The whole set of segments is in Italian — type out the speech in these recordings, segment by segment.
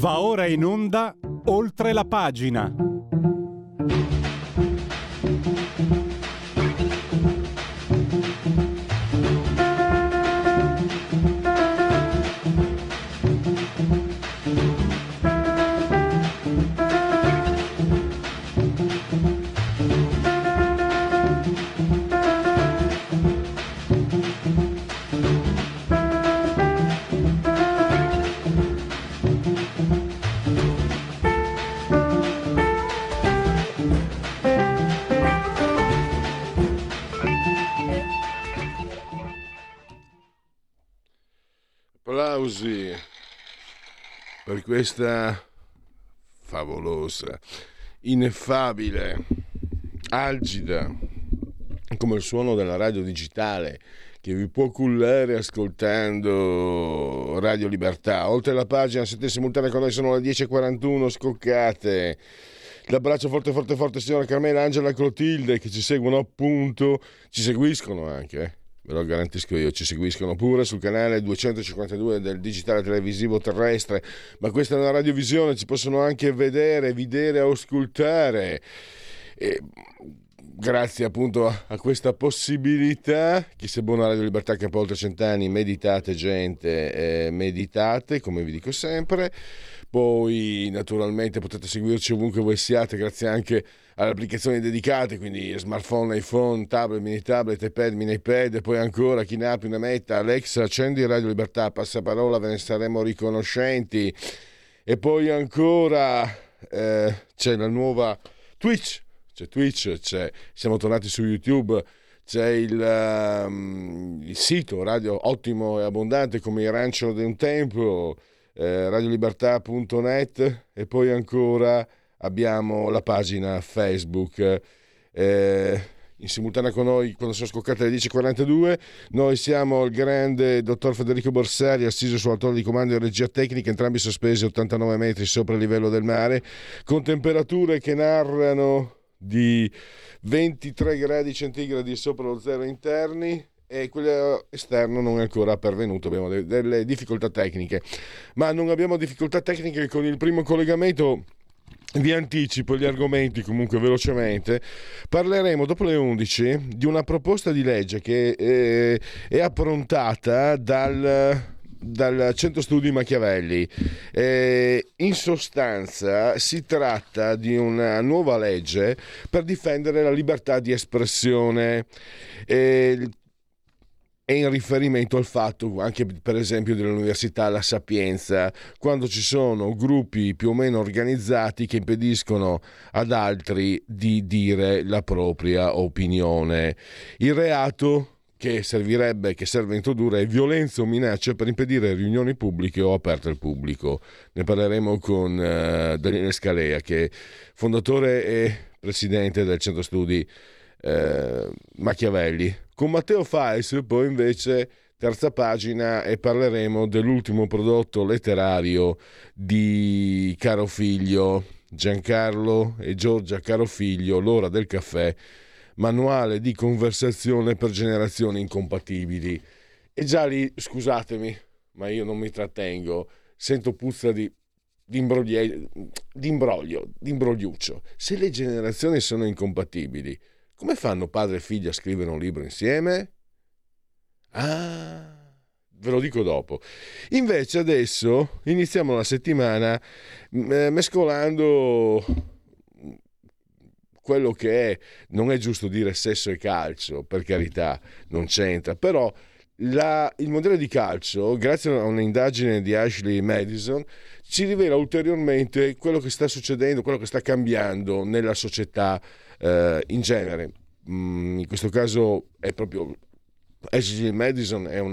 Va ora in onda Oltre la pagina. Applausi per questa favolosa, ineffabile, algida, come il suono della radio digitale che vi può cullare ascoltando Radio Libertà. Oltre la pagina, siete simultanei con noi, sono le 10:41 scoccate. L'abbraccio forte forte forte signora Carmela, Angela e Clotilde che ci seguono appunto, ci seguiscono anche, ve lo garantisco io, ci seguiscono pure sul canale 252 del digitale televisivo terrestre, ma questa è una radiovisione, ci possono anche vedere e ascoltare. E grazie appunto a questa possibilità, chi se buona Radio Libertà che ha oltre 100 anni, meditate gente, meditate come vi dico sempre. Poi naturalmente potete seguirci ovunque voi siate grazie anche alle applicazioni dedicate, quindi smartphone, iPhone, tablet, mini tablet, iPad, mini iPad, e poi ancora chi ne ha più ne metta. Alexa, accendi Radio Libertà, passaparola, ve ne saremo riconoscenti. E poi ancora c'è la nuova Twitch, siamo tornati su YouTube, c'è il sito radio ottimo e abbondante come il rancio di un tempo, radiolibertà.net, e poi ancora abbiamo la pagina Facebook. In simultanea con noi, quando sono scoccate le 10:42, noi siamo il grande dottor Federico Borsari, assiso sulla torre di comando e regia tecnica, entrambi sospesi a 89 metri sopra il livello del mare, con temperature che narrano di 23 gradi centigradi sopra lo zero interni, e quello esterno non è ancora pervenuto, abbiamo delle difficoltà tecniche, ma non abbiamo difficoltà tecniche con il primo collegamento. Vi anticipo gli argomenti comunque velocemente. Parleremo dopo le 11 di una proposta di legge che è approntata dal Centro Studi Machiavelli. In sostanza si tratta di una nuova legge per difendere la libertà di espressione, e in riferimento al fatto anche per esempio dell'Università La Sapienza, quando ci sono gruppi più o meno organizzati che impediscono ad altri di dire la propria opinione. Il reato che serve introdurre è violenza o minaccia per impedire riunioni pubbliche o aperte al pubblico. Ne parleremo con Daniele Scalea, che è fondatore e presidente del Centro Studi Machiavelli. Con Matteo Fais poi invece terza pagina, e parleremo dell'ultimo prodotto letterario di Carofiglio, Giancarlo e Giorgia Carofiglio, L'ora del caffè, manuale di conversazione per generazioni incompatibili. E già lì, scusatemi, ma io non mi trattengo, sento puzza di imbrogliuccio. Se le generazioni sono incompatibili, come fanno padre e figlia a scrivere un libro insieme? Ah, ve lo dico dopo. Invece adesso iniziamo la settimana mescolando quello che è, non è giusto dire sesso e calcio, per carità, non c'entra, però il modello di calcio, grazie a un'indagine di Ashley Madison, ci rivela ulteriormente quello che sta succedendo, quello che sta cambiando nella società in genere. In questo caso è proprio Ashley Madison, è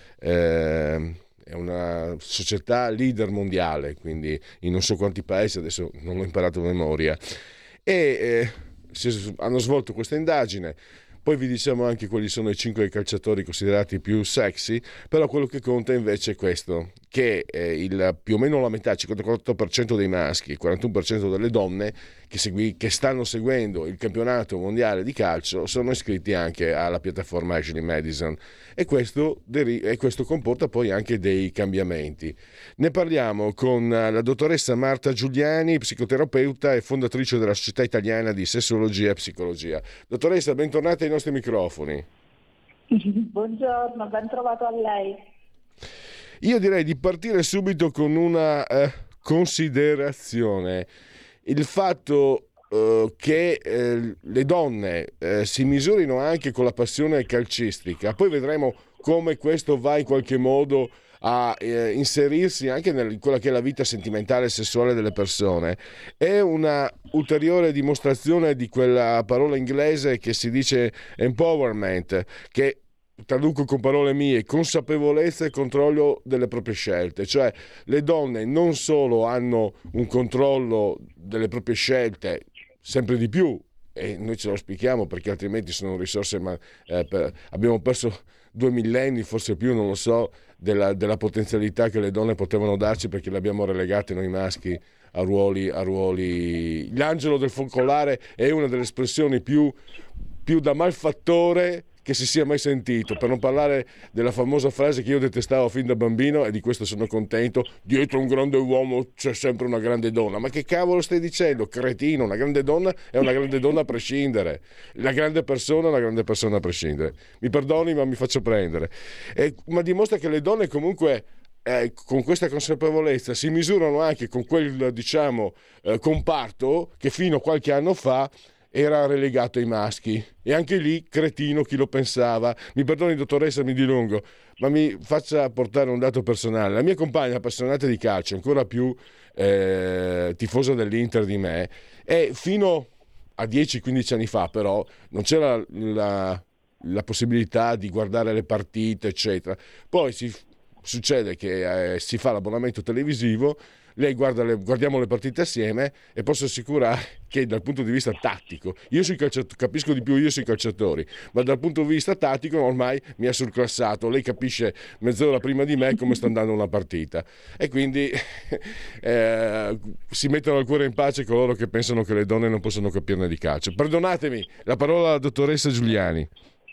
una società leader mondiale, quindi in non so quanti paesi, adesso non l'ho imparato a memoria, e hanno svolto questa indagine. Poi vi diciamo anche quali sono i 5 calciatori considerati più sexy, però quello che conta invece è questo: che più o meno la metà, il 54% dei maschi, il 41% delle donne che stanno seguendo il campionato mondiale di calcio sono iscritti anche alla piattaforma Ashley Madison, e questo comporta poi anche dei cambiamenti. Ne parliamo con la dottoressa Marta Giuliani, psicoterapeuta e fondatrice della Società Italiana di Sessologia e Psicologia. Dottoressa, bentornata ai nostri microfoni. Buongiorno, ben trovato a lei. Io direi di partire subito con una considerazione. Il fatto che le donne si misurino anche con la passione calcistica, poi vedremo come questo va in qualche modo a inserirsi anche in quella che è la vita sentimentale e sessuale delle persone, è una ulteriore dimostrazione di quella parola inglese che si dice empowerment, che traduco con parole mie: consapevolezza e controllo delle proprie scelte. Cioè le donne non solo hanno un controllo delle proprie scelte sempre di più, e noi ce lo auspichiamo perché altrimenti sono risorse, abbiamo perso 2 millenni, forse più, non lo so, della potenzialità che le donne potevano darci, perché le abbiamo relegate noi maschi a ruoli. L'angelo del focolare è una delle espressioni più da malfattore che si sia mai sentito, per non parlare della famosa frase che io detestavo fin da bambino, e di questo sono contento: dietro un grande uomo c'è sempre una grande donna. Ma che cavolo stai dicendo, cretino? Una grande donna è una grande donna a prescindere, la grande persona è una grande persona a prescindere. Mi perdoni, ma mi faccio prendere. Ma dimostra che le donne comunque con questa consapevolezza si misurano anche con quel, diciamo, comparto che fino a qualche anno fa era relegato ai maschi, e anche lì cretino chi lo pensava. Mi perdoni dottoressa, mi dilungo, ma mi faccia portare un dato personale. La mia compagna appassionata di calcio, ancora più tifosa dell'Inter di me, e fino a 10-15 anni fa però non c'era la possibilità di guardare le partite eccetera. Poi succede che si fa l'abbonamento televisivo, lei guardiamo le partite assieme, e posso assicurare che dal punto di vista tattico, capisco di più io sui calciatori, ma dal punto di vista tattico ormai mi ha surclassato. Lei capisce mezz'ora prima di me come sta andando una partita, e quindi si mettono al cuore in pace coloro che pensano che le donne non possono capirne di calcio. Perdonatemi, la parola alla dottoressa Giuliani.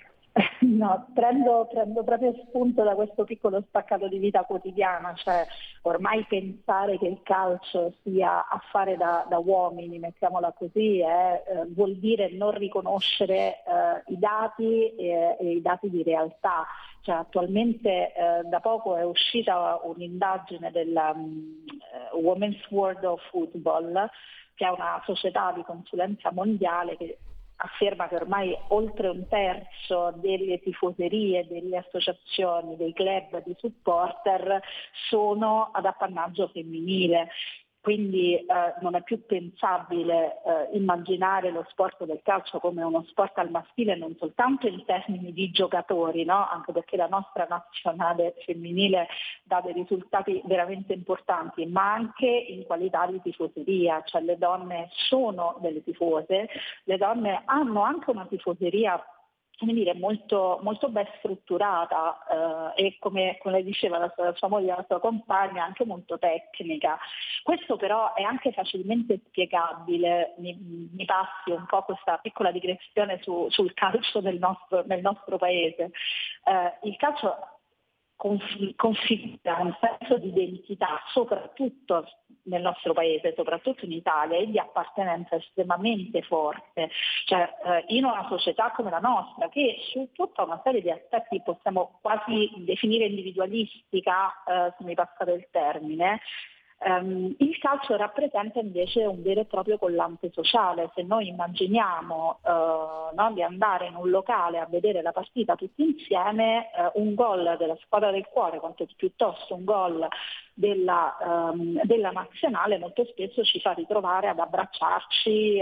No, prendo proprio spunto da questo piccolo spaccato di vita quotidiana, cioè ormai pensare che il calcio sia affare da uomini, mettiamola così, vuol dire non riconoscere i dati e i dati di realtà. Cioè, attualmente da poco è uscita un'indagine della Women's World of Football, che è una società di consulenza mondiale che afferma che ormai oltre un terzo delle tifoserie, delle associazioni, dei club di supporter sono ad appannaggio femminile. Quindi non è più pensabile immaginare lo sport del calcio come uno sport al maschile, non soltanto in termini di giocatori, no? Anche perché la nostra nazionale femminile dà dei risultati veramente importanti, ma anche in qualità di tifoseria. Cioè le donne sono delle tifose, le donne hanno anche una tifoseria, come dire, molto, molto ben strutturata e come diceva la sua moglie, la sua compagna, anche molto tecnica. Questo però è anche facilmente spiegabile, mi passi un po' questa piccola digressione sul calcio nel nostro paese. Il calcio configura un senso di identità, soprattutto nel nostro paese, soprattutto in Italia, e di appartenenza estremamente forte. Cioè, in una società come la nostra, che su tutta una serie di aspetti possiamo quasi definire individualistica, se mi passate il termine, il calcio rappresenta invece un vero e proprio collante sociale. Se noi immaginiamo di andare in un locale a vedere la partita tutti insieme, un gol della squadra del cuore, quanto piuttosto un gol della nazionale, molto spesso ci fa ritrovare ad abbracciarci,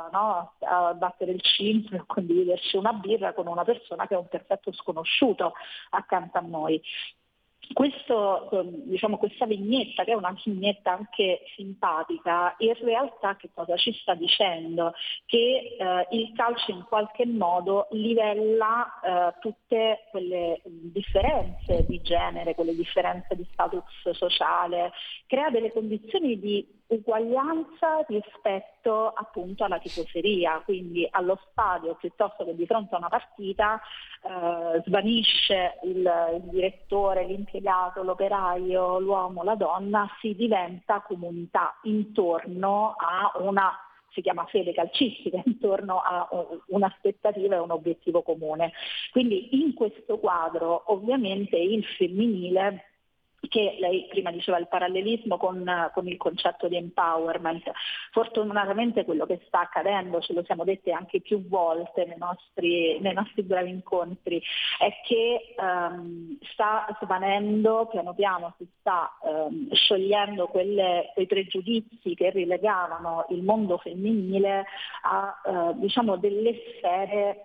a battere il ciglio, a condividerci una birra con una persona che è un perfetto sconosciuto accanto a noi. questa vignetta, che è una vignetta anche simpatica, in realtà che cosa ci sta dicendo? Che il calcio in qualche modo livella tutte quelle differenze di genere, quelle differenze di status sociale, crea delle condizioni di uguaglianza rispetto appunto alla tifoseria, quindi allo stadio piuttosto che di fronte a una partita svanisce il direttore, l'impiegato, l'operaio, l'uomo, la donna, si diventa comunità intorno a si chiama fede calcistica, intorno a un'aspettativa e un obiettivo comune. Quindi in questo quadro ovviamente il femminile, che lei prima diceva il parallelismo con il concetto di empowerment, fortunatamente quello che sta accadendo, ce lo siamo dette anche più volte nei nostri bravi incontri, è che sta svanendo piano piano, si sta sciogliendo quei pregiudizi che rilegavano il mondo femminile a delle sfere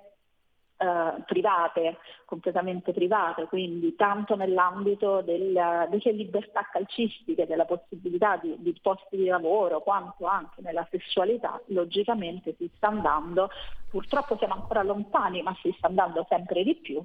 private, completamente private, quindi tanto nell'ambito delle libertà calcistiche, della possibilità di posti di lavoro, quanto anche nella sessualità. Logicamente si sta andando, purtroppo siamo ancora lontani, ma si sta andando sempre di più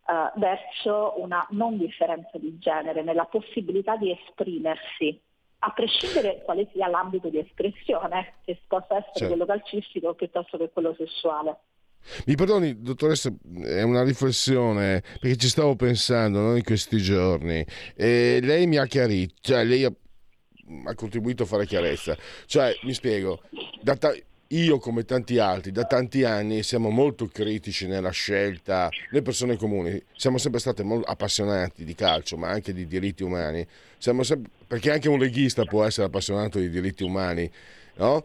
verso una non differenza di genere, nella possibilità di esprimersi, a prescindere quale sia l'ambito di espressione, che possa essere quello calcistico piuttosto che quello sessuale. Mi perdoni, dottoressa, è una riflessione, perché ci stavo pensando, no, in questi giorni, e lei mi ha chiarito, cioè lei ha contribuito a fare chiarezza, cioè mi spiego, io come tanti altri da tanti anni siamo molto critici nella scelta, le persone comuni siamo sempre state molto appassionati di calcio, ma anche di diritti umani, perché anche un leghista può essere appassionato di diritti umani, no?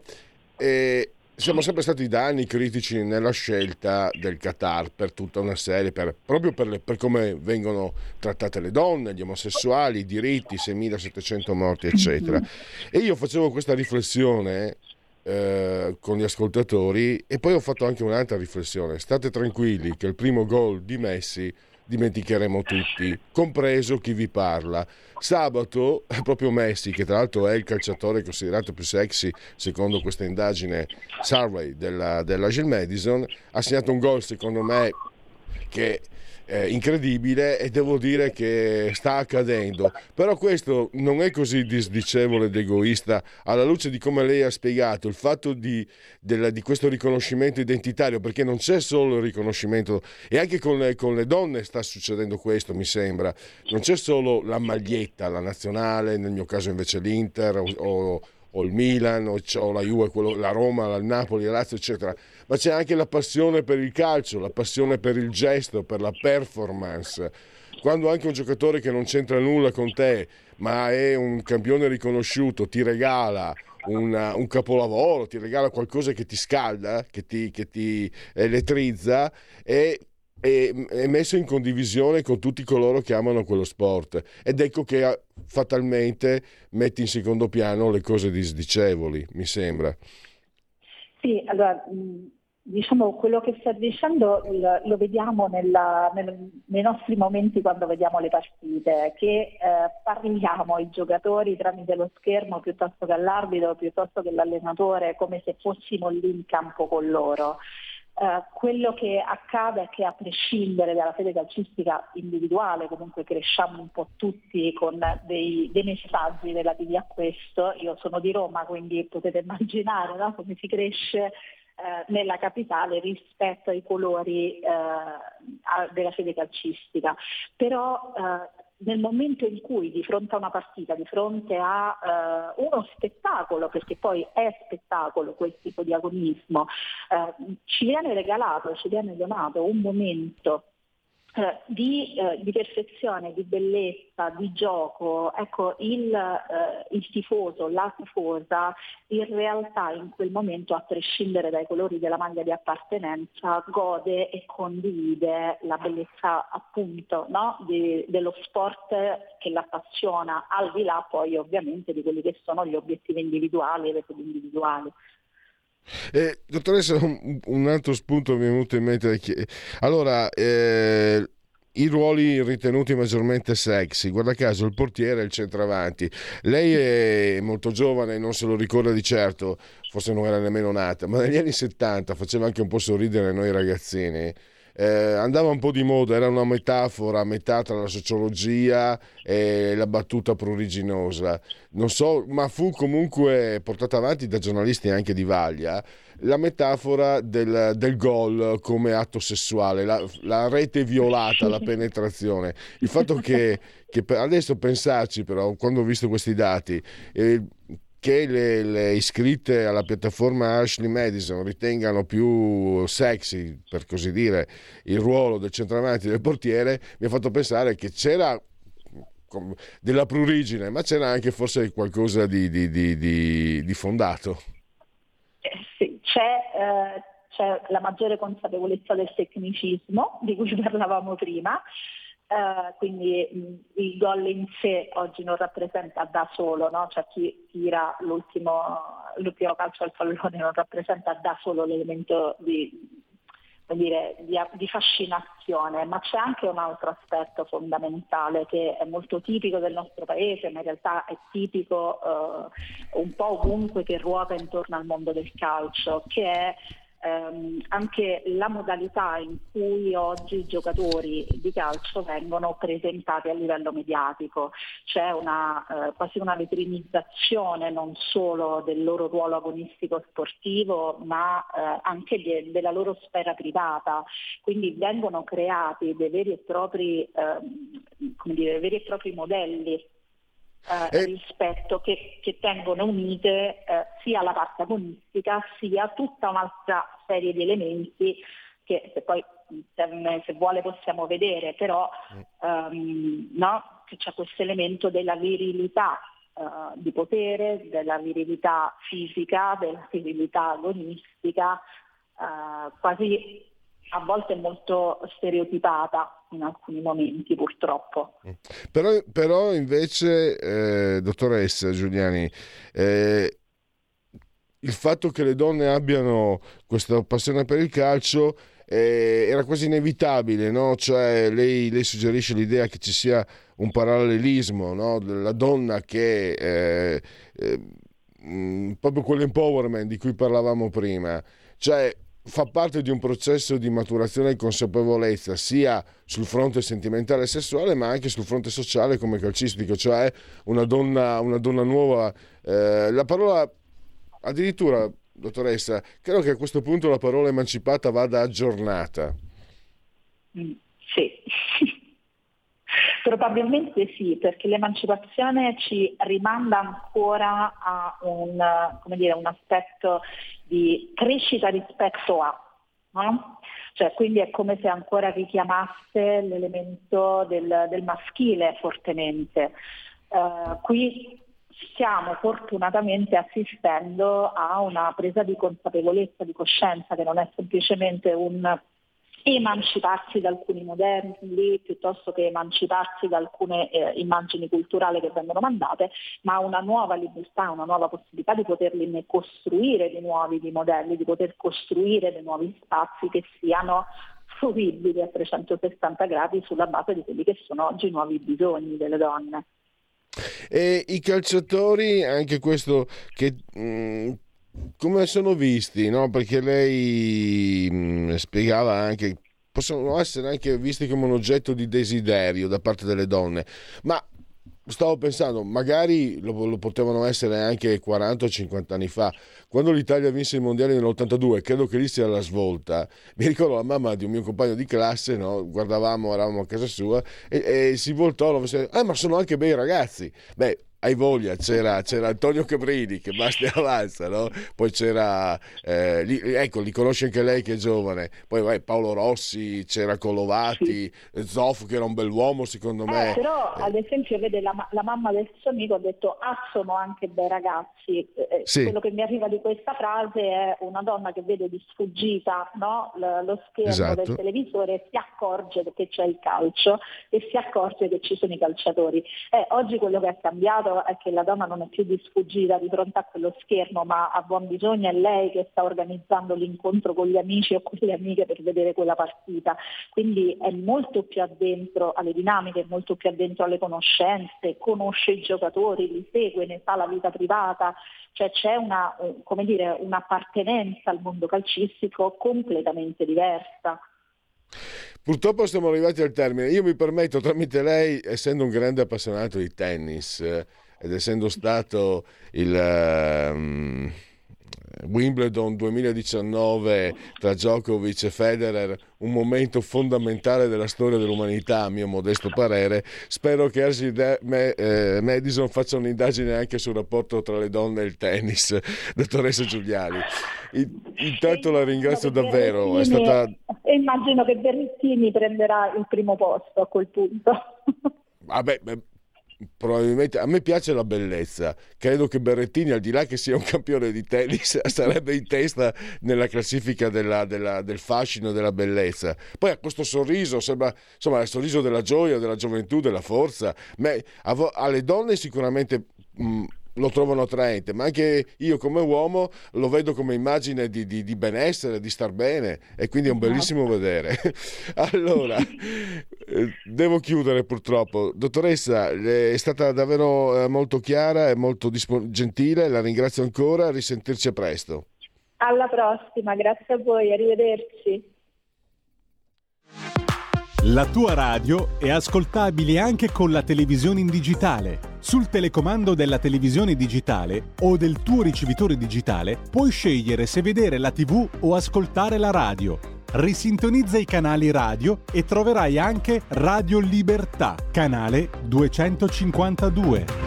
E siamo sempre stati da anni critici nella scelta del Qatar per tutta una serie, proprio per come vengono trattate le donne, gli omosessuali, i diritti, 6.700 morti, eccetera. E io facevo questa riflessione con gli ascoltatori, e poi ho fatto anche un'altra riflessione. State tranquilli che il primo gol di Messi dimenticheremo tutti, compreso chi vi parla. Sabato proprio Messi, che tra l'altro è il calciatore considerato più sexy secondo questa indagine survey della Gil Madison, ha segnato un gol secondo me che incredibile, e devo dire che sta accadendo. Però questo non è così disdicevole ed egoista, alla luce di come lei ha spiegato il fatto di questo riconoscimento identitario, perché non c'è solo il riconoscimento, e anche con le donne sta succedendo questo, mi sembra. Non c'è solo la maglietta, la nazionale, nel mio caso invece l'Inter o il Milan o la Juve, la Roma, il Napoli, la Lazio, eccetera, ma c'è anche la passione per il calcio, la passione per il gesto, per la performance. Quando anche un giocatore che non c'entra nulla con te, ma è un campione riconosciuto, ti regala un capolavoro, ti regala qualcosa che ti scalda, che ti elettrizza, è messo in condivisione con tutti coloro che amano quello sport, ed ecco che fatalmente mette in secondo piano le cose disdicevoli, mi sembra. Sì, allora diciamo quello che sta dicendo lo vediamo nei nostri momenti quando vediamo le partite, che parliamo ai giocatori tramite lo schermo piuttosto che all'arbitro, piuttosto che all'allenatore, come se fossimo lì in campo con loro. Quello che accade è che, a prescindere dalla fede calcistica individuale, comunque cresciamo un po' tutti con dei messaggi relativi a questo. Io sono di Roma, quindi potete immaginare, no, come si cresce nella capitale rispetto ai colori della fede calcistica. Però nel momento in cui di fronte a una partita, di fronte a uno spettacolo, perché poi è spettacolo quel tipo di agonismo, ci viene regalato, ci viene donato un momento di perfezione, di bellezza, di gioco. Ecco, il tifoso, la tifosa, in realtà in quel momento, a prescindere dai colori della maglia di appartenenza, gode e condivide la bellezza, appunto, no? dello sport che l'appassiona, al di là poi ovviamente di quelli che sono gli obiettivi individuali e le fedi individuali. Dottoressa, un altro spunto mi è venuto in mente. Allora, i ruoli ritenuti maggiormente sexy, guarda caso il portiere e il centravanti. Lei è molto giovane, non se lo ricorda di certo, forse non era nemmeno nata, ma negli anni 70 faceva anche un po' sorridere noi ragazzini. Andava un po' di moda, era una metafora a metà tra la sociologia e la battuta pruriginosa. Non so, ma fu comunque portata avanti da giornalisti anche di vaglia la metafora del gol come atto sessuale, la rete violata, la penetrazione. Il fatto che adesso pensarci però, quando ho visto questi dati, che le iscritte alla piattaforma Ashley Madison ritengano più sexy, per così dire, il ruolo del centravanti e del portiere, mi ha fatto pensare che c'era della prurigine, ma c'era anche forse qualcosa di fondato. Sì, c'è la maggiore consapevolezza del tecnicismo di cui parlavamo prima. Quindi il gol in sé oggi non rappresenta da solo, no? Cioè chi tira l'ultimo calcio al pallone non rappresenta da solo l'elemento di fascinazione, ma c'è anche un altro aspetto fondamentale che è molto tipico del nostro paese, ma in realtà è tipico un po' ovunque che ruota intorno al mondo del calcio, che è anche la modalità in cui oggi i giocatori di calcio vengono presentati a livello mediatico. C'è quasi una vetrinizzazione non solo del loro ruolo agonistico sportivo, ma anche della loro sfera privata. Quindi vengono creati dei veri e propri modelli rispetto che tengono unite sia la parte agonistica sia tutta un'altra serie di elementi che se vuole possiamo vedere, però no? Che c'è questo elemento della virilità di potere, della virilità fisica, della virilità agonistica, quasi a volte molto stereotipata in alcuni momenti, purtroppo. Però invece, dottoressa Giuliani, il fatto che le donne abbiano questa passione per il calcio era quasi inevitabile, no? Cioè lei suggerisce l'idea che ci sia un parallelismo, no? Della donna che proprio quell'empowerment di cui parlavamo prima, cioè fa parte di un processo di maturazione e consapevolezza sia sul fronte sentimentale e sessuale ma anche sul fronte sociale come calcistico, cioè una donna nuova. La parola addirittura, dottoressa, credo che a questo punto la parola emancipata vada aggiornata. Sì. Probabilmente sì, perché l'emancipazione ci rimanda ancora a un aspetto di crescita rispetto a, no? Cioè, quindi è come se ancora richiamasse l'elemento del maschile fortemente. Qui stiamo fortunatamente assistendo a una presa di consapevolezza, di coscienza, che non è semplicemente un emanciparsi da alcuni modelli piuttosto che emanciparsi da alcune immagini culturali che vengono mandate, ma una nuova libertà, una nuova possibilità di poterli costruire di nuovi di modelli, di poter costruire dei nuovi spazi che siano fruibili a 360 gradi sulla base di quelli che sono oggi i nuovi bisogni delle donne. E i calciatori, anche questo che come sono visti, no? Perché lei spiegava anche possono essere anche visti come un oggetto di desiderio da parte delle donne, ma stavo pensando magari lo potevano essere anche 40 o 50 anni fa, quando l'Italia vinse i mondiali nell'82. Credo che lì sia la svolta. Mi ricordo la mamma di un mio compagno di classe, no? Eravamo a casa sua e si voltò, ma sono anche bei ragazzi. Beh, hai voglia, c'era Antonio Cabrini che basta e avanza, no? Poi c'era li conosce anche lei che è giovane, poi Paolo Rossi, c'era Colovati, Zoff che era un bell'uomo secondo me. Però ad esempio vede la mamma del suo amico ha detto sono anche bei ragazzi. Sì. Quello che mi arriva di questa frase è una donna che vede di sfuggita, no? Lo schermo Esatto. del televisore e si accorge che c'è il calcio e si accorge che ci sono i calciatori. Oggi quello che è cambiato vero è che la donna non è più di sfuggita di fronte a quello schermo, ma a buon bisogno è lei che sta organizzando l'incontro con gli amici o con le amiche per vedere quella partita. Quindi è molto più addentro alle dinamiche, è molto più addentro alle conoscenze, conosce i giocatori, li segue, ne sa la vita privata, cioè c'è un'appartenenza al mondo calcistico completamente diversa. Purtroppo siamo arrivati al termine. Io mi permetto tramite lei, essendo un grande appassionato di tennis ed essendo stato il Wimbledon 2019 tra Djokovic e Federer un momento fondamentale della storia dell'umanità, a mio modesto parere, spero che Madison faccia un'indagine anche sul rapporto tra le donne e il tennis. Dottoressa Giuliani, intanto la ringrazio davvero, è stata... E immagino che Berrettini prenderà il primo posto a quel punto. Vabbè, probabilmente a me piace la bellezza, credo che Berrettini, al di là che sia un campione di tennis, sarebbe in testa nella classifica del fascino, della bellezza. Poi ha questo sorriso, sembra insomma il sorriso della gioia, della gioventù, della forza. Alle donne sicuramente lo trovano attraente, ma anche io come uomo lo vedo come immagine di benessere, di star bene, e quindi è un bellissimo vedere. Allora, devo chiudere purtroppo. Dottoressa, è stata davvero molto chiara e molto gentile, la ringrazio ancora, a risentirci presto. Alla prossima, grazie a voi, arrivederci. La tua radio è ascoltabile anche con la televisione in digitale. Sul telecomando della televisione digitale o del tuo ricevitore digitale puoi scegliere se vedere la TV o ascoltare la radio. Risintonizza i canali radio e troverai anche Radio Libertà, canale 252.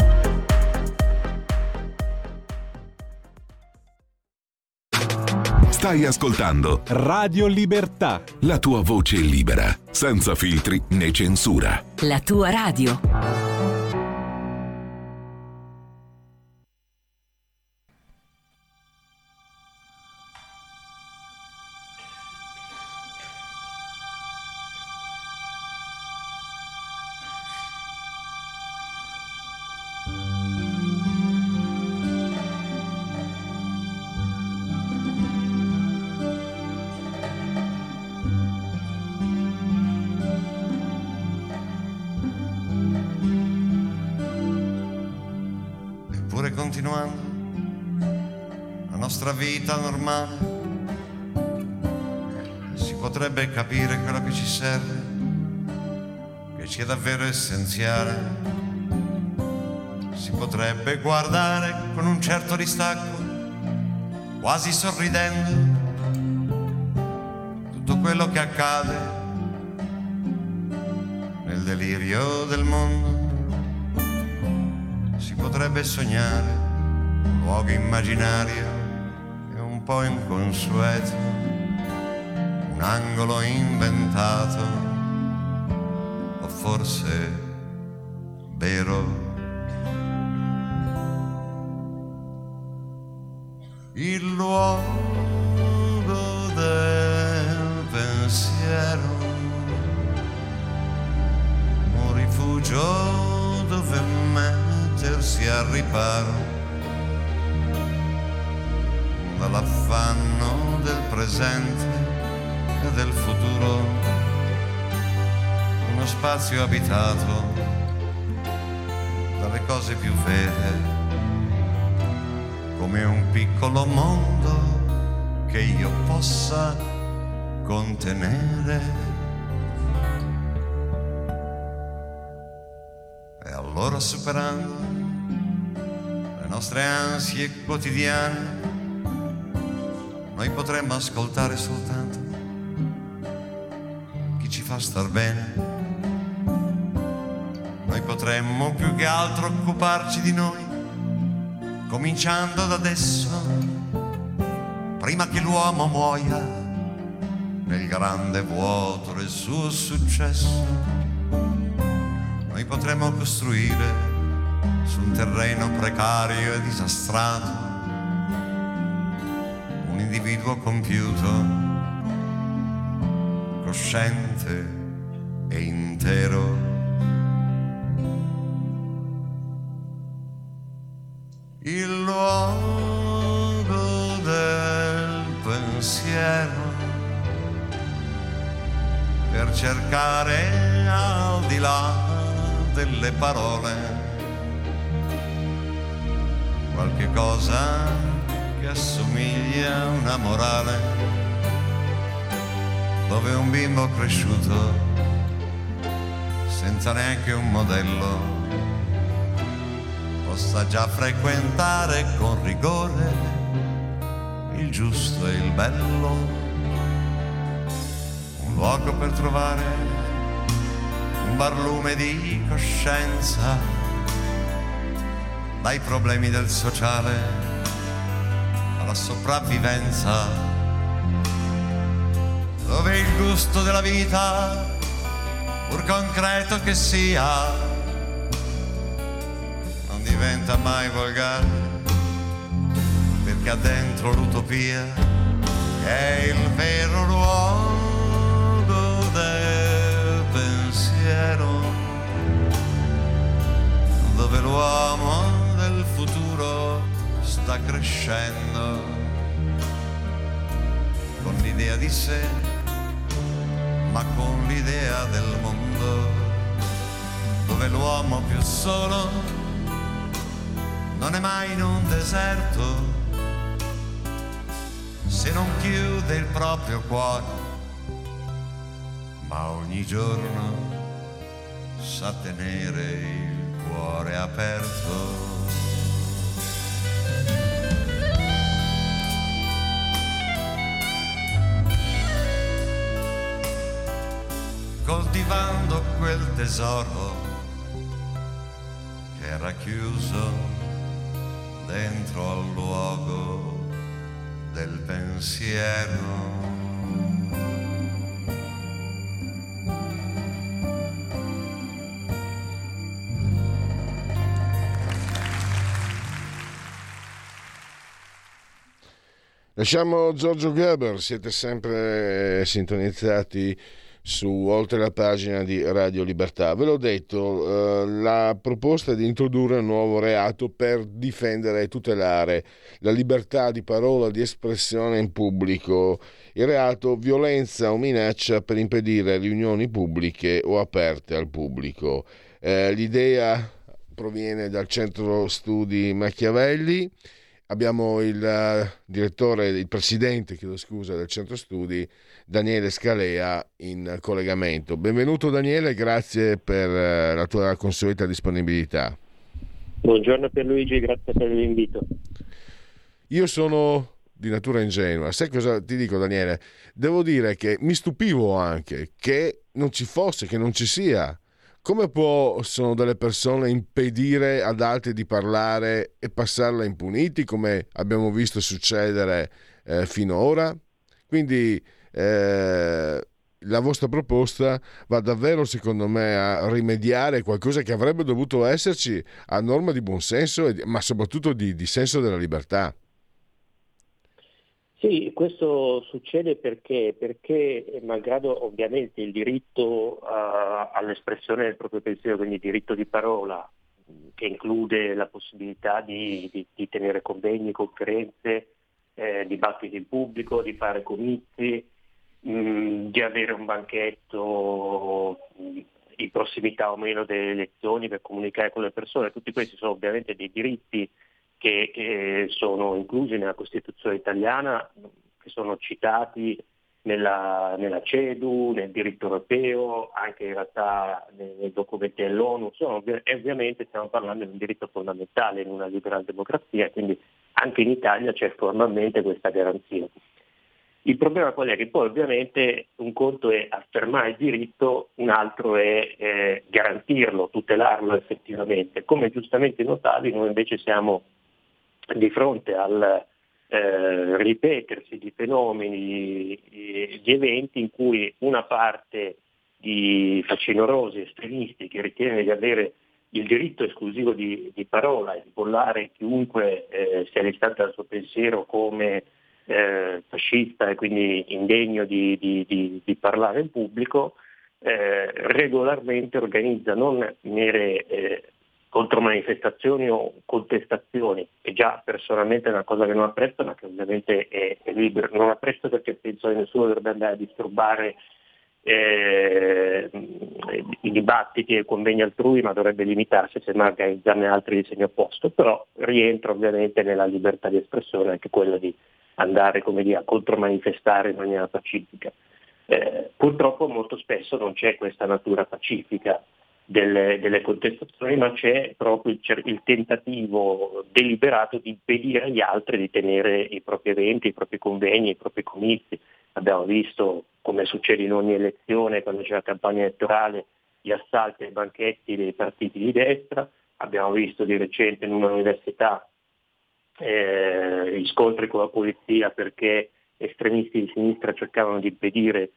Stai ascoltando Radio Libertà, la tua voce libera, senza filtri né censura. La tua radio. Continuando la nostra vita normale, si potrebbe capire quello che ci serve, che ci è davvero essenziale. Si potrebbe guardare con un certo distacco, quasi sorridendo, tutto quello che accade nel delirio del mondo. Si potrebbe sognare un luogo immaginario e un po' inconsueto, un angolo inventato, o forse vero. Il luogo del pensiero, un rifugio dove mettersi al riparo dall'affanno del presente e del futuro, uno spazio abitato dalle cose più vere, come un piccolo mondo che io possa contenere. E allora, superando le nostre ansie quotidiane, noi potremmo ascoltare soltanto chi ci fa star bene. Noi potremmo più che altro occuparci di noi, cominciando da adesso, prima che l'uomo muoia nel grande vuoto del suo successo. Noi potremmo costruire su un terreno precario e disastrato un individuo compiuto, cosciente e intero. cercare al di là delle parole qualche cosa che assomiglia a una morale, dove un bimbo cresciuto senza neanche un modello possa già frequentare con rigore il giusto e il bello, un luogo per trovare un barlume di coscienza dai problemi del sociale alla sopravvivenza, dove il gusto della vita, pur concreto che sia, non diventa mai volgare, perché ha dentro l'utopia, che è il vero luogo del pensiero, dove l'uomo del futuro sta crescendo con l'idea di sé, ma con l'idea del mondo, dove l'uomo più solo non è mai in un deserto, se non chiude il proprio cuore, ma ogni giorno sa tenere il cuore aperto. Coltivando quel tesoro che era chiuso dentro al luogo del pensiero. Lasciamo Giorgio Gaber, siete sempre sintonizzati su oltre la pagina di Radio Libertà. Ve l'ho detto, la proposta è di introdurre un nuovo reato per difendere e tutelare la libertà di parola, di espressione in pubblico. Il reato violenza o minaccia per impedire riunioni pubbliche o aperte al pubblico. L'idea proviene dal Centro Studi Machiavelli. Abbiamo il presidente del Centro Studi, Daniele Scalea, in collegamento. Benvenuto Daniele, grazie per la tua consueta disponibilità. Buongiorno Pierluigi, grazie per l'invito. Io sono di natura ingenua, sai cosa ti dico Daniele? Devo dire che mi stupivo anche che non ci fosse, che non ci sia. Come possono delle persone impedire ad altri di parlare e passarla impuniti, come abbiamo visto succedere finora? Quindi la vostra proposta va davvero, secondo me, a rimediare qualcosa che avrebbe dovuto esserci a norma di buonsenso, ma soprattutto di senso della libertà. Sì, questo succede perché malgrado ovviamente il diritto all'espressione del proprio pensiero, quindi il diritto di parola, che include la possibilità di tenere convegni, conferenze, dibattiti in pubblico, di fare comizi, di avere un banchetto in prossimità o meno delle elezioni per comunicare con le persone, tutti questi sono ovviamente dei diritti che sono inclusi nella Costituzione italiana, che sono citati nella CEDU, nel diritto europeo, anche in realtà nei documenti dell'ONU, e ovviamente stiamo parlando di un diritto fondamentale in una liberal democrazia, quindi anche in Italia c'è formalmente questa garanzia. Il problema qual è? Che poi ovviamente un conto è affermare il diritto, un altro è garantirlo, tutelarlo effettivamente. Come giustamente notavi, noi invece siamo di fronte al ripetersi di fenomeni, di eventi in cui una parte di facinorosi estremisti che ritiene di avere il diritto esclusivo di parola e di bollare chiunque sia distante dal suo pensiero come fascista e quindi indegno di parlare in pubblico, regolarmente organizza non mere contromanifestazioni o contestazioni, e già personalmente è una cosa che non apprezzo, ma che ovviamente è libero. Non apprezzo perché penso che nessuno dovrebbe andare a disturbare i dibattiti e i convegni altrui, ma dovrebbe limitarsi semmai a organizzarne altri di segno opposto, però rientra ovviamente nella libertà di espressione anche quella di andare, come dire, a contromanifestare in maniera pacifica. Purtroppo molto spesso non c'è questa natura pacifica delle contestazioni, ma c'è proprio il tentativo deliberato di impedire agli altri di tenere i propri eventi, i propri convegni, i propri comizi. Abbiamo visto, come succede in ogni elezione, quando c'è la campagna elettorale, gli assalti ai banchetti dei partiti di destra. Abbiamo visto di recente in una università gli scontri con la polizia perché estremisti di sinistra cercavano di impedire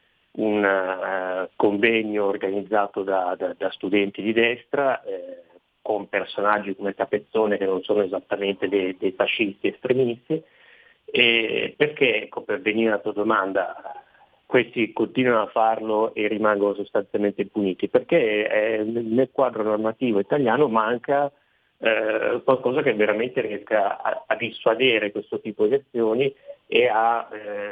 un convegno organizzato da studenti di destra con personaggi come Capezzone che non sono esattamente dei fascisti estremisti. Perché, ecco, per venire alla tua domanda, questi continuano a farlo e rimangono sostanzialmente impuniti? Perché nel quadro normativo italiano manca qualcosa che veramente riesca a dissuadere questo tipo di azioni e a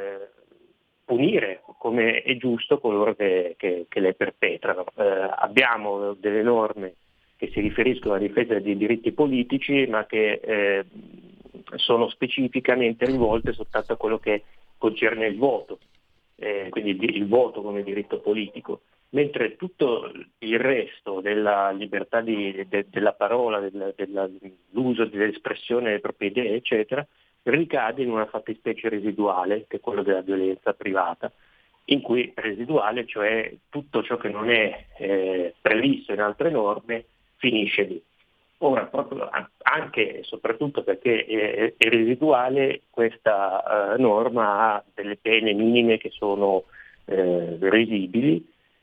punire come è giusto coloro che le perpetrano. Abbiamo delle norme che si riferiscono alla difesa dei diritti politici, ma che sono specificamente rivolte soltanto a quello che concerne il voto, quindi il voto come diritto politico, mentre tutto il resto della libertà della parola, dell'uso dell'espressione delle proprie idee, eccetera, ricade in una fattispecie residuale, che è quello della violenza privata, in cui residuale, cioè tutto ciò che non è previsto in altre norme, finisce lì. Ora, proprio anche e soprattutto perché è residuale, questa norma ha delle pene minime che sono risibili,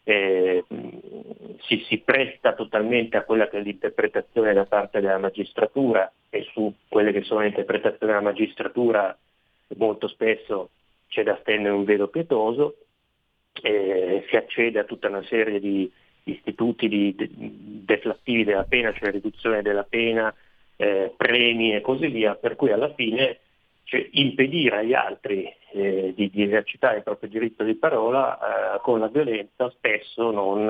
si presta totalmente a quella che è l'interpretazione da parte della magistratura, e su quelle che sono le interpretazioni della magistratura molto spesso c'è da stendere un velo pietoso, si accede a tutta una serie di istituti deflattivi della pena, cioè riduzione della pena, premi e così via, per cui alla fine impedire agli altri di esercitare il proprio diritto di parola con la violenza spesso non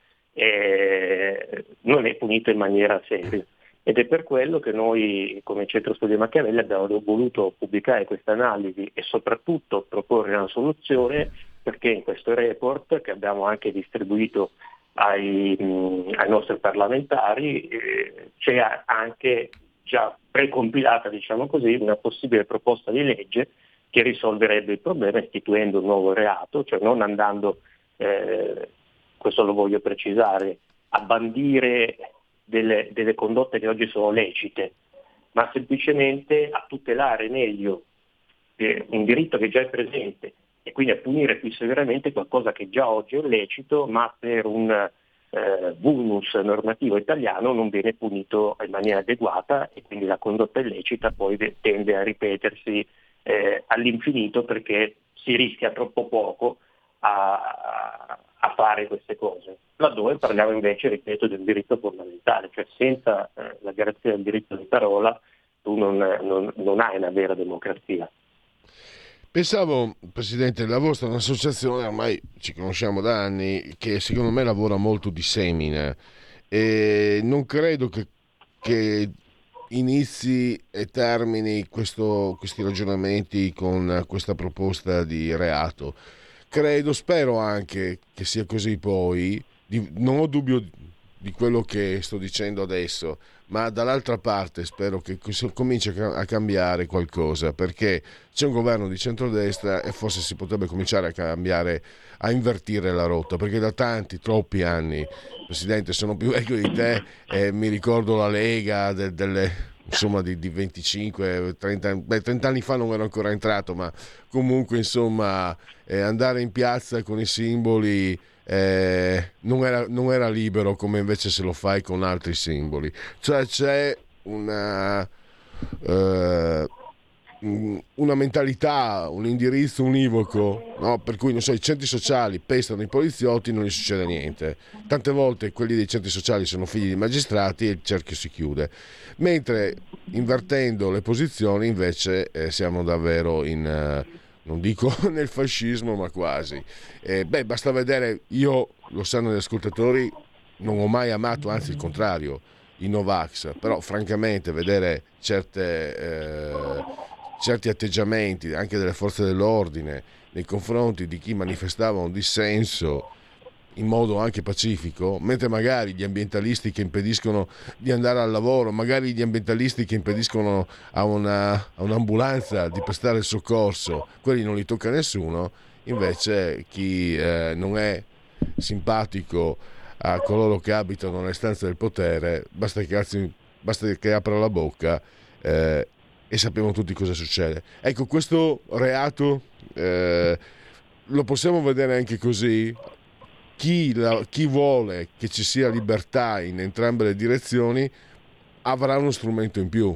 è punito in maniera seria. Ed è per quello che noi come Centro Studi Machiavelli abbiamo voluto pubblicare questa analisi e soprattutto proporre una soluzione, perché in questo report, che abbiamo anche distribuito ai nostri parlamentari, c'è anche già precompilata, diciamo così, una possibile proposta di legge che risolverebbe il problema istituendo un nuovo reato, cioè non andando, questo lo voglio precisare, a bandire delle condotte che oggi sono lecite, ma semplicemente a tutelare meglio un diritto che già è presente e quindi a punire più severamente qualcosa che già oggi è lecito, ma per un vulnus normativo italiano non viene punito in maniera adeguata, e quindi la condotta illecita poi tende a ripetersi all'infinito, perché si rischia troppo poco a fare queste cose, laddove parliamo invece, ripeto, del diritto fondamentale, cioè senza la garanzia del diritto di parola tu non hai una vera democrazia. Pensavo, Presidente, la vostra è un'associazione, ormai ci conosciamo da anni, che secondo me lavora molto di semina, e non credo che inizi e termini questi ragionamenti con questa proposta di reato. Spero anche che sia così poi, non ho dubbio di quello che sto dicendo adesso, ma dall'altra parte spero che cominci a cambiare qualcosa, perché c'è un governo di centrodestra e forse si potrebbe cominciare a cambiare, a invertire la rotta, perché da troppi anni, Presidente, sono più vecchio di te e mi ricordo la Lega insomma di 25, 30 anni, 30 anni fa non ero ancora entrato, ma comunque insomma andare in piazza con i simboli non era libero come invece se lo fai con altri simboli, cioè c'è una mentalità, un indirizzo univoco, no? Per cui non so, i centri sociali pestano i poliziotti, non gli succede niente. Tante volte quelli dei centri sociali sono figli di magistrati e il cerchio si chiude, mentre invertendo le posizioni invece siamo davvero in non dico nel fascismo, ma quasi. Basta vedere, io, lo sanno gli ascoltatori, non ho mai amato, anzi il contrario, i Novax, però francamente vedere certi atteggiamenti anche delle forze dell'ordine nei confronti di chi manifestava un dissenso in modo anche pacifico, mentre magari gli ambientalisti che impediscono di andare al lavoro, magari gli ambientalisti che impediscono a un'ambulanza di prestare il soccorso, quelli non li tocca nessuno. Invece chi non è simpatico a coloro che abitano nelle stanze del potere, basta che apra la bocca e sappiamo tutti cosa succede. Ecco, questo reato lo possiamo vedere anche così. Chi vuole che ci sia libertà in entrambe le direzioni avrà uno strumento in più.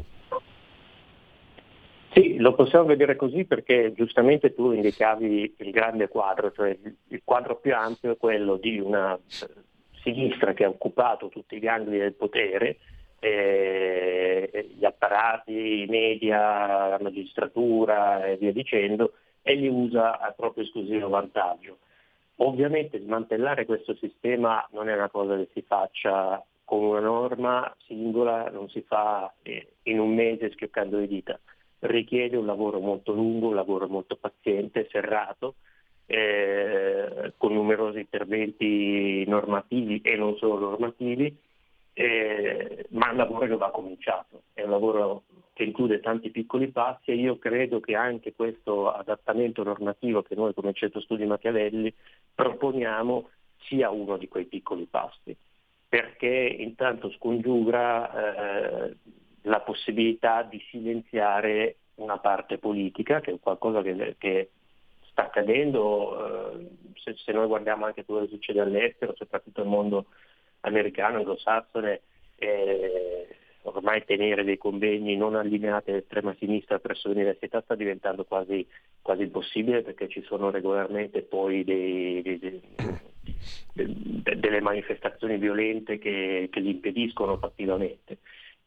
Sì, lo possiamo vedere così perché giustamente tu indicavi il grande quadro, cioè il quadro più ampio è quello di una sinistra che ha occupato tutti i gangli del potere, gli apparati, i media, la magistratura e via dicendo, e li usa a proprio esclusivo vantaggio. Ovviamente smantellare questo sistema non è una cosa che si faccia con una norma singola, non si fa in un mese schioccando le dita, richiede un lavoro molto lungo, un lavoro molto paziente, serrato, con numerosi interventi normativi e non solo normativi, ma è un lavoro che va cominciato, è un lavoro che include tanti piccoli passi e io credo che anche questo adattamento normativo che noi come Centro Studi Machiavelli proponiamo sia uno di quei piccoli passi, perché intanto scongiura la possibilità di silenziare una parte politica, che è qualcosa che sta accadendo, se noi guardiamo anche quello che succede all'estero, soprattutto nel mondo americano, anglosassone, ormai tenere dei convegni non allineati all'estrema sinistra presso l'università sta diventando quasi impossibile, perché ci sono regolarmente poi delle manifestazioni violente che li impediscono fattivamente.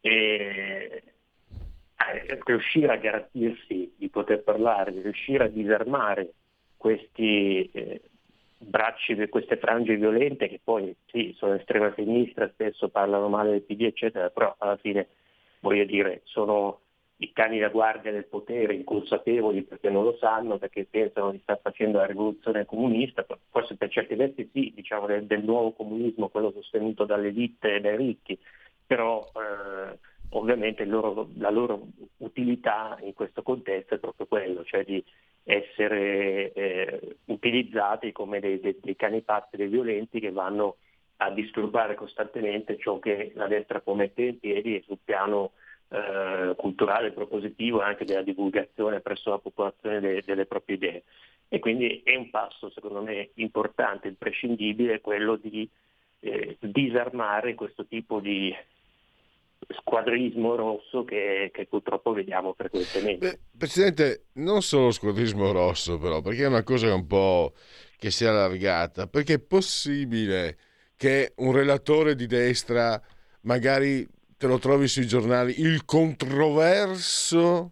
Riuscire a garantirsi di poter parlare, di riuscire a disarmare questi queste frange violente che poi sì, sono estrema sinistra, spesso parlano male del PD eccetera, però alla fine voglio dire sono i cani da guardia del potere, inconsapevoli perché non lo sanno, perché pensano di star facendo la rivoluzione comunista, forse per certi versi sì, diciamo del nuovo comunismo, quello sostenuto dall'elite e dai ricchi, però ovviamente la loro utilità in questo contesto è proprio quello, cioè di essere utilizzati come dei cani pazzi, dei violenti che vanno a disturbare costantemente ciò che la destra può mettere in piedi sul piano culturale, propositivo e anche della divulgazione presso la popolazione delle proprie idee. E quindi è un passo secondo me importante, imprescindibile, quello di disarmare questo tipo di squadrismo rosso che purtroppo vediamo frequentemente. Presidente, non solo squadrismo rosso però, perché è una cosa un po' che si è allargata, perché è possibile che un relatore di destra magari te lo trovi sui giornali, il controverso,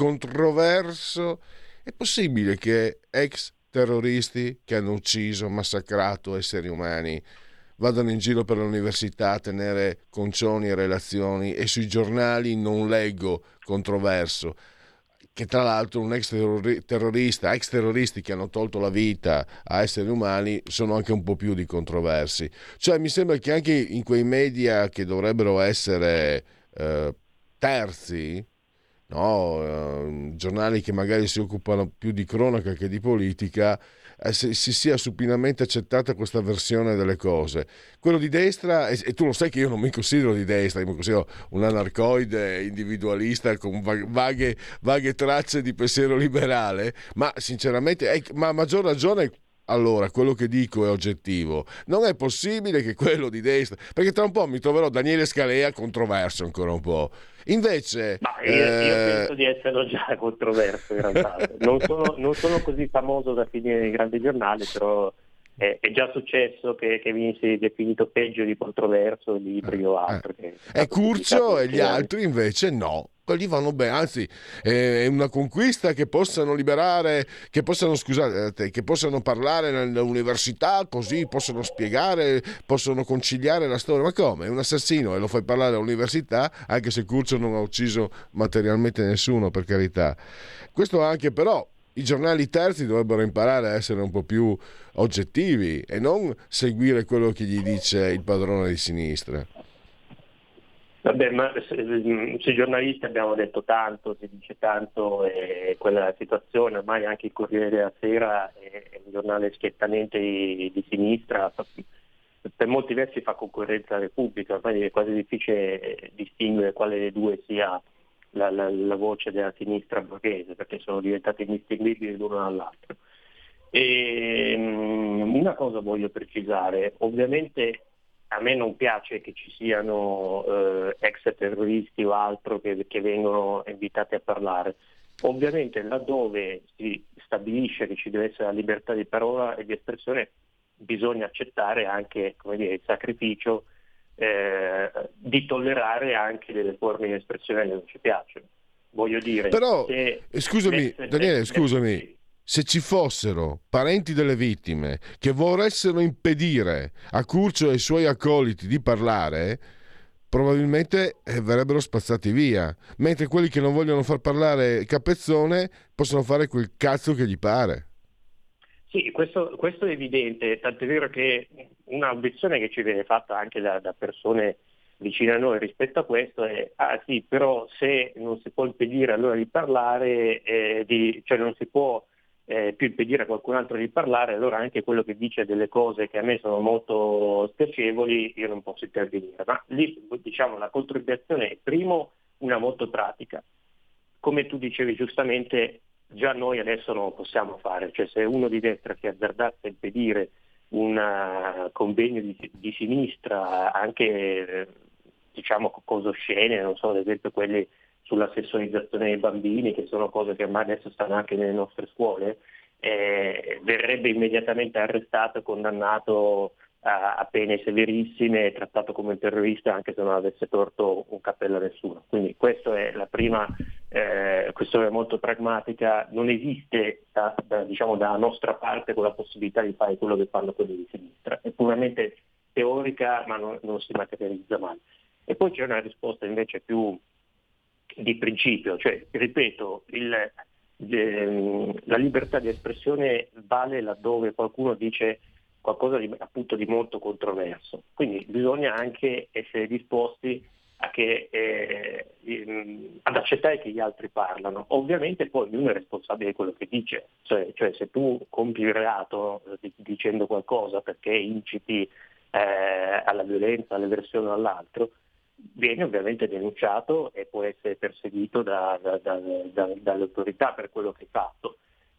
è possibile che ex terroristi che hanno ucciso, massacrato esseri umani vadano in giro per l'università a tenere concioni e relazioni e sui giornali non leggo controverso, che tra l'altro un ex terroristi che hanno tolto la vita a esseri umani sono anche un po' più di controversi. Cioè mi sembra che anche in quei media che dovrebbero essere terzi, no? Giornali che magari si occupano più di cronaca che di politica, si sia supinamente accettata questa versione delle cose. Quello di destra, e tu lo sai che io non mi considero di destra, io mi considero un anarcoide individualista con vaghe tracce di pensiero liberale, ma sinceramente, ma a maggior ragione, allora quello che dico è oggettivo. Non è possibile che quello di destra, perché tra un po' mi troverò Daniele Scalea controverso ancora un po'. Invece ma io penso di esserlo già controverso in realtà. non sono così famoso da finire nei grandi giornali, però è già successo che venissi definito peggio di controverso, libri o altro. Curcio e gli altri invece no. quelli vanno bene, anzi è una conquista che possano liberare, che possano parlare nell'università, così possono spiegare, possono conciliare la storia. Ma come? È un assassino e lo fai parlare all'università, anche se Curcio non ha ucciso materialmente nessuno, per carità. Questo anche, però i giornali terzi dovrebbero imparare a essere un po' più oggettivi e non seguire quello che gli dice il padrone di sinistra. Vabbè, ma sui giornalisti abbiamo detto tanto, si dice tanto, e quella è la situazione. Ormai anche il Corriere della Sera è un giornale schiettamente di sinistra, per molti versi fa concorrenza alla Repubblica, ormai è quasi difficile distinguere quale delle due sia la voce della sinistra borghese, perché sono diventati indistinguibili l'uno dall'altro. E una cosa voglio precisare, ovviamente a me non piace che ci siano ex terroristi o altro che vengono invitati a parlare. Ovviamente laddove si stabilisce che ci deve essere la libertà di parola e di espressione, bisogna accettare anche, come dire, il sacrificio di tollerare anche delle forme di espressione che non ci piacciono. Voglio dire, però scusami, se ci fossero parenti delle vittime che volessero impedire a Curcio e ai suoi accoliti di parlare, probabilmente verrebbero spazzati via, mentre quelli che non vogliono far parlare Capezzone possono fare quel cazzo che gli pare. Sì, questo è evidente, tant'è vero che una obiezione che ci viene fatta anche da persone vicine a noi rispetto a questo è: sì, però se non si può impedire allora di parlare, cioè non si può più impedire a qualcun altro di parlare, allora anche quello che dice delle cose che a me sono molto spiacevoli io non posso intervenire. Ma lì, diciamo, la controindicazione è, primo, una molto pratica. Come tu dicevi giustamente, già noi adesso non lo possiamo fare, cioè se uno di destra si azzardasse a impedire un convegno di sinistra, anche diciamo cose oscene, non so, ad esempio quelli sulla sessualizzazione dei bambini, che sono cose che ormai adesso stanno anche nelle nostre scuole, verrebbe immediatamente arrestato e condannato a pene severissime e trattato come terrorista anche se non avesse torto un cappello a nessuno. Quindi questa è la prima questione molto pragmatica. Non esiste diciamo dalla nostra parte quella possibilità di fare quello che fanno quelli di sinistra, è puramente teorica ma non si materializza mai. E poi c'è una risposta invece più di principio, cioè ripeto, la libertà di espressione vale laddove qualcuno dice qualcosa appunto di molto controverso, quindi bisogna anche essere disposti ad accettare che gli altri parlano. Ovviamente poi ognuno è responsabile di quello che dice, cioè se tu compi il reato dicendo qualcosa perché inciti alla violenza, all'eversione all'altro, viene ovviamente denunciato e può essere perseguito dalle autorità per quello che hai fatto.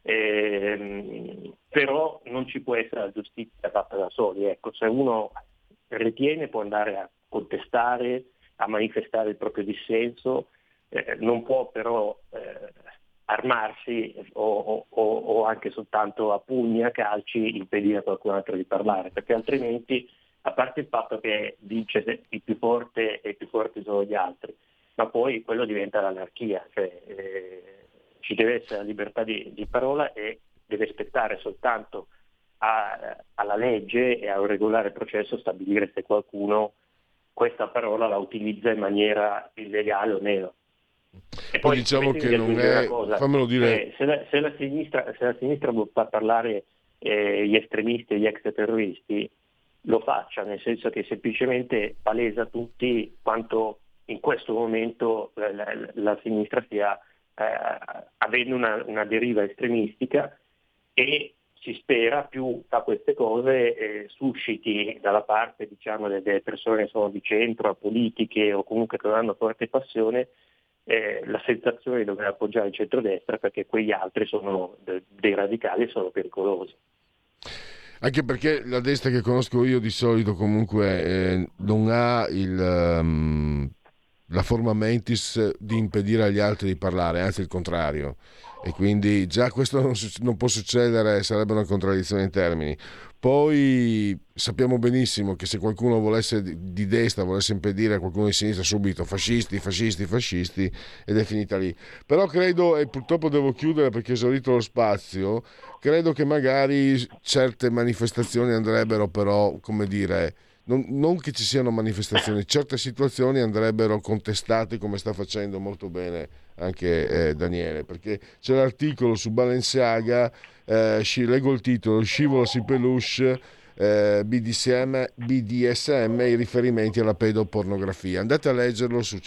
Però non ci può essere la giustizia fatta da soli. Ecco, se uno ritiene può andare a contestare, a manifestare il proprio dissenso, non può però armarsi o anche soltanto a pugni, a calci, impedire a qualcun altro di parlare, perché altrimenti, a parte il fatto che vince il più forte e i più forti sono gli altri, ma poi quello diventa l'anarchia, cioè ci deve essere la libertà di parola e deve aspettare soltanto alla legge e a un regolare processo stabilire se qualcuno questa parola la utilizza in maniera illegale o meno. E poi diciamo che non è, cosa, fammelo dire, se la sinistra vuol far parlare gli estremisti e gli ex terroristi, lo faccia, nel senso che semplicemente palesa a tutti quanto in questo momento la sinistra stia avendo una deriva estremistica, e si spera più da queste cose susciti dalla parte, diciamo, delle persone che sono di centro, politiche o comunque che non hanno forte passione, la sensazione di dover appoggiare il centrodestra, perché quegli altri sono dei radicali e sono pericolosi. Anche perché la destra che conosco io di solito comunque non ha la forma mentis di impedire agli altri di parlare, anzi il contrario. E quindi già questo non può succedere, sarebbe una contraddizione in termini. Poi sappiamo benissimo che se qualcuno volesse di destra volesse impedire a qualcuno di sinistra, subito fascisti, fascisti, fascisti, ed è finita lì. Però credo, e purtroppo devo chiudere perché ho esaurito lo spazio, credo che magari certe manifestazioni andrebbero però, come dire, non che ci siano manifestazioni, certe situazioni andrebbero contestate, come sta facendo molto bene anche Daniele, perché c'è l'articolo su Balenciaga, leggo il titolo: scivolo si peluche, BDSM, i riferimenti alla pedopornografia. Andate a leggerlo su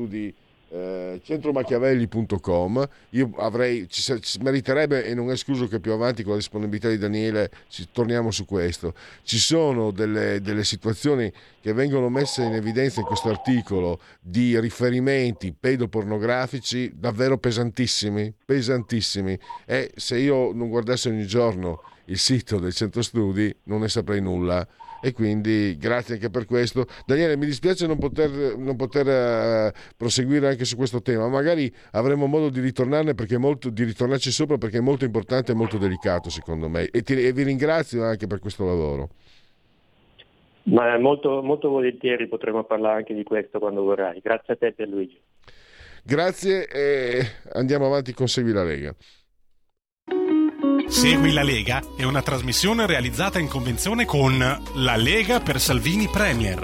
centromachiavelli.com. Io ci meriterebbe, e non è escluso che più avanti con la disponibilità di Daniele torniamo su questo. Ci sono delle situazioni che vengono messe in evidenza in questo articolo di riferimenti pedopornografici davvero pesantissimi, e se io non guardassi ogni giorno il sito del centro studi non ne saprei nulla. E quindi grazie anche per questo. Daniele, mi dispiace non poter proseguire anche su questo tema, magari avremo modo di ritornarci sopra, perché è molto importante e molto delicato secondo me, e vi ringrazio anche per questo lavoro. Ma molto, molto volentieri potremo parlare anche di questo quando vorrai. Grazie a te, Pierluigi. Grazie, e andiamo avanti con Segui la Lega. Segui la Lega è una trasmissione realizzata in convenzione con La Lega per Salvini Premier.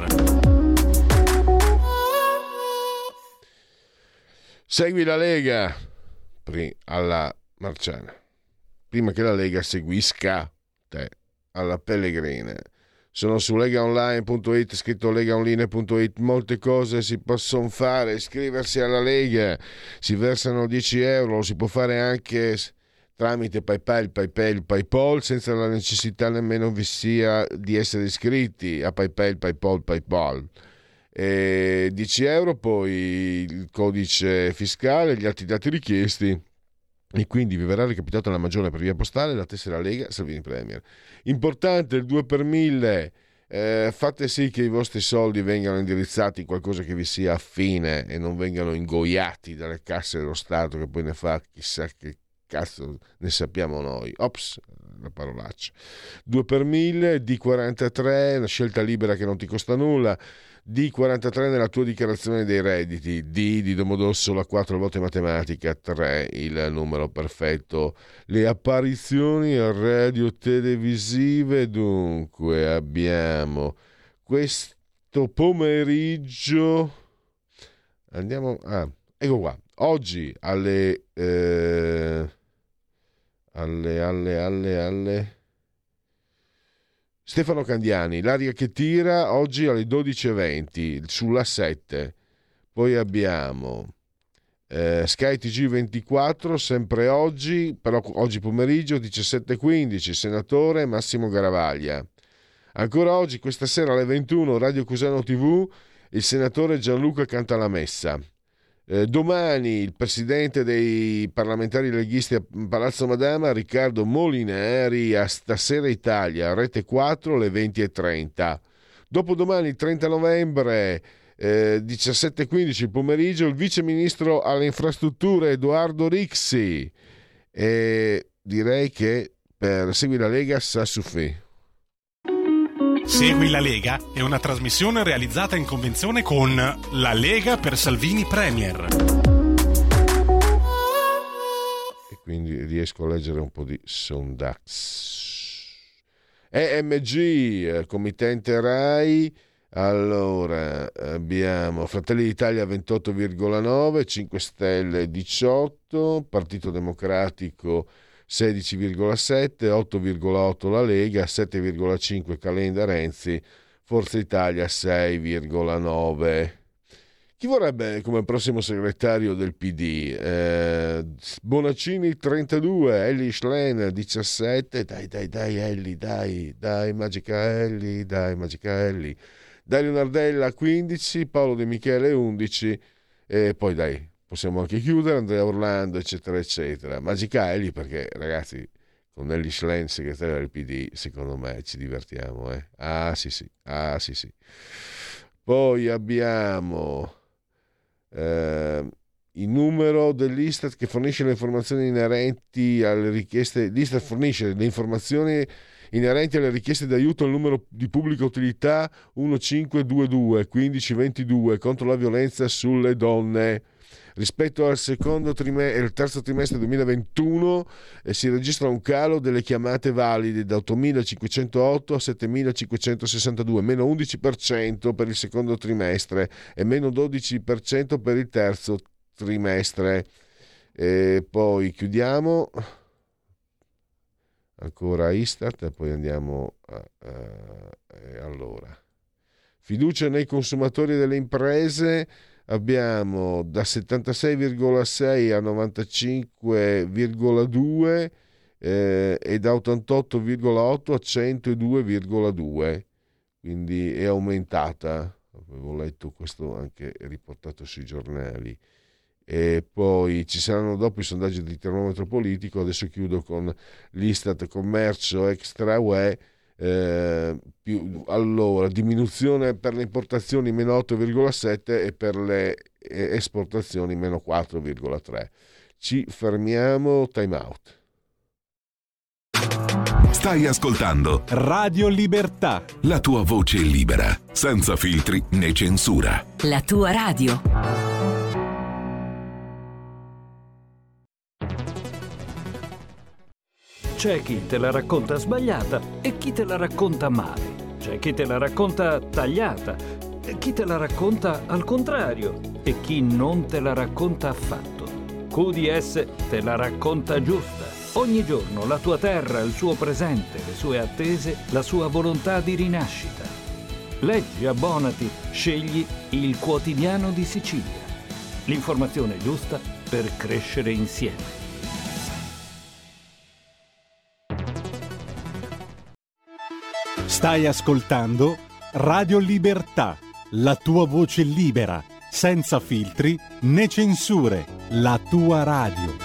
Segui la Lega alla Marciana, prima che la Lega seguisca te alla Pellegrina. Sono su legaonline.it, scritto legaonline.it. Molte cose si possono fare: iscriversi alla Lega, si versano 10 euro, lo si può fare anche tramite PayPal, senza la necessità nemmeno vi sia di essere iscritti a PayPal. 10 euro, poi il codice fiscale, gli altri dati richiesti, e quindi vi verrà recapitata la maggiore per via postale la tessera Lega Salvini Premier. Importante il 2 per 1000. Fate sì che i vostri soldi vengano indirizzati in qualcosa che vi sia affine e non vengano ingoiati dalle casse dello Stato, che poi ne fa chissà che cazzo ne sappiamo noi. Ops, la parolaccia. 2 per 1000, D43, una scelta libera che non ti costa nulla. D43 nella tua dichiarazione dei redditi. D di Domodossola, 4 volte matematica, 3 il numero perfetto. Le apparizioni radio televisive, dunque abbiamo questo pomeriggio, andiamo ecco qua, oggi alle Stefano Candiani, l'aria che tira, oggi alle 12:20 sulla 7. Poi abbiamo Sky TG24, sempre oggi, però oggi pomeriggio 17:15, senatore Massimo Garavaglia. Ancora oggi, questa sera alle 21, Radio Cusano TV, il senatore Gianluca Cantalamessa. Domani il presidente dei parlamentari leghisti a Palazzo Madama, Riccardo Molinari, a Stasera Italia, Rete 4, alle 20:30. Dopodomani, il 30 novembre, 17:15 il pomeriggio, il vice ministro alle infrastrutture Edoardo Rixi. E direi che per Segui la Lega ça suffit. Segui la Lega è una trasmissione realizzata in convenzione con La Lega per Salvini Premier. E quindi riesco a leggere un po' di sondaz. EMG, committente RAI. Allora, abbiamo Fratelli d'Italia 28,9, 5 Stelle 18, Partito Democratico 16,7, 8,8 la Lega, 7,5 Calenda Renzi, Forza Italia 6,9. Chi vorrebbe come prossimo segretario del PD? Bonacini 32, Elly Schlein 17, dai Elly, dai Magica Elly, Dario Nardella 15, Paolo De Michele 11, e poi dai, possiamo anche chiudere, Andrea Orlando, eccetera, eccetera. Magica Elly, perché ragazzi, con Elly Schlein, segretario del PD, secondo me ci divertiamo, eh? Ah sì. Poi abbiamo il numero dell'Istat che fornisce le informazioni inerenti alle richieste. L'Istat fornisce le informazioni inerenti alle richieste di aiuto al numero di pubblica utilità 1522 1522 contro la violenza sulle donne. Rispetto al terzo trimestre 2021 si registra un calo delle chiamate valide da 8.508 a 7.562, meno 11% per il secondo trimestre e meno 12% per il terzo trimestre. E poi chiudiamo ancora Istat e poi andiamo allora. Fiducia nei consumatori e delle imprese. Abbiamo da 76,6 a 95,2 e da 88,8 a 102,2, quindi è aumentata. Avevo letto questo anche riportato sui giornali. E poi ci saranno dopo i sondaggi di termometro politico. Adesso chiudo con l'Istat commercio extra UE. Allora, diminuzione per le importazioni meno 8,7 e per le esportazioni meno 4,3. Ci fermiamo, time out. Stai ascoltando Radio Libertà, la tua voce libera, senza filtri né censura. La tua radio. C'è chi te la racconta sbagliata e chi te la racconta male. C'è chi te la racconta tagliata e chi te la racconta al contrario e chi non te la racconta affatto. QDS te la racconta giusta. Ogni giorno la tua terra, il suo presente, le sue attese, la sua volontà di rinascita. Leggi, abbonati, scegli il Quotidiano di Sicilia. L'informazione giusta per crescere insieme. Stai ascoltando Radio Libertà, la tua voce libera, senza filtri né censure, la tua radio.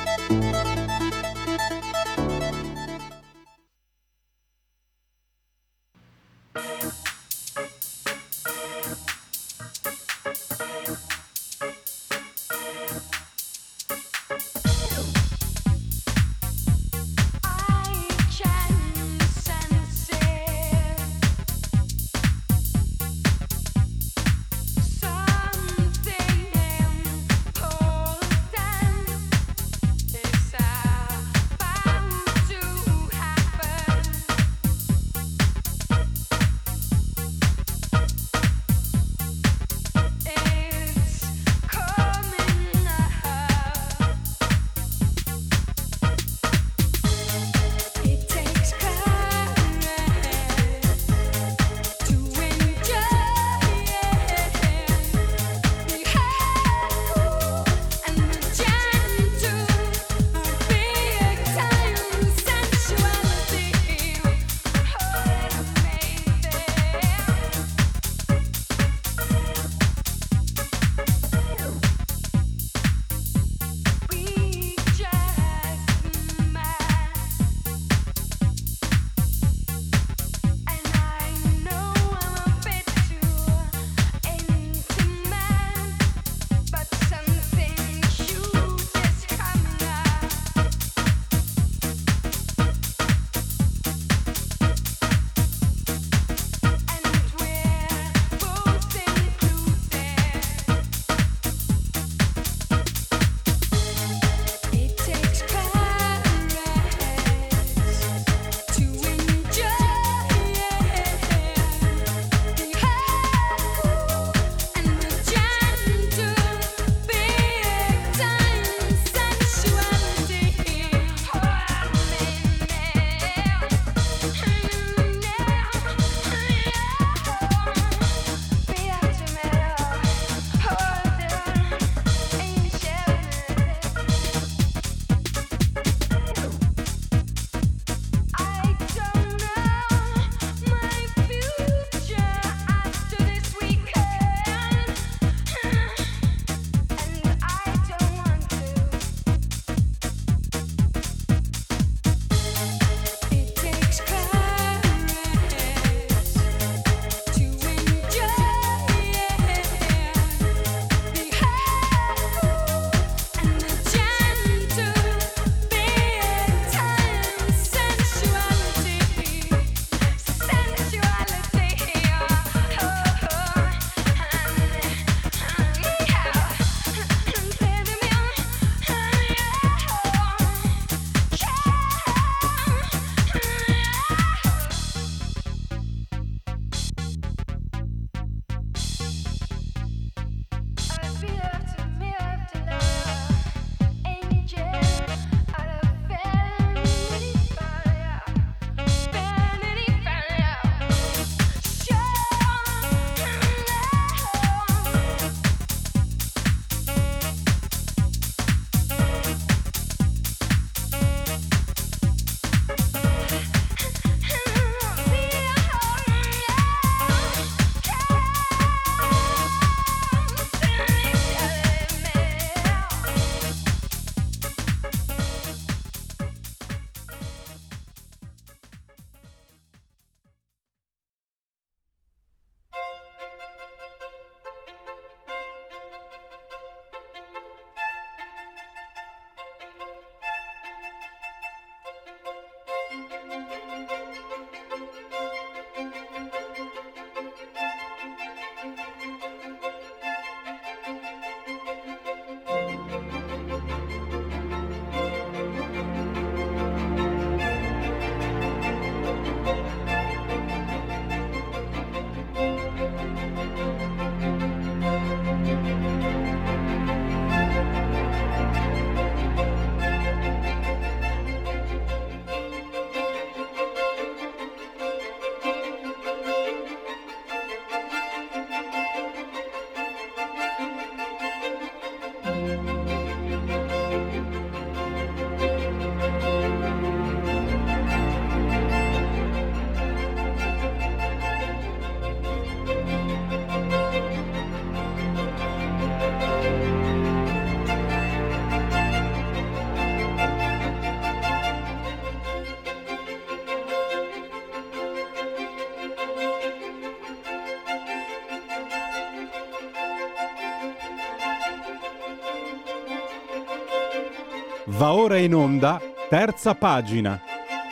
Va ora in onda, terza pagina.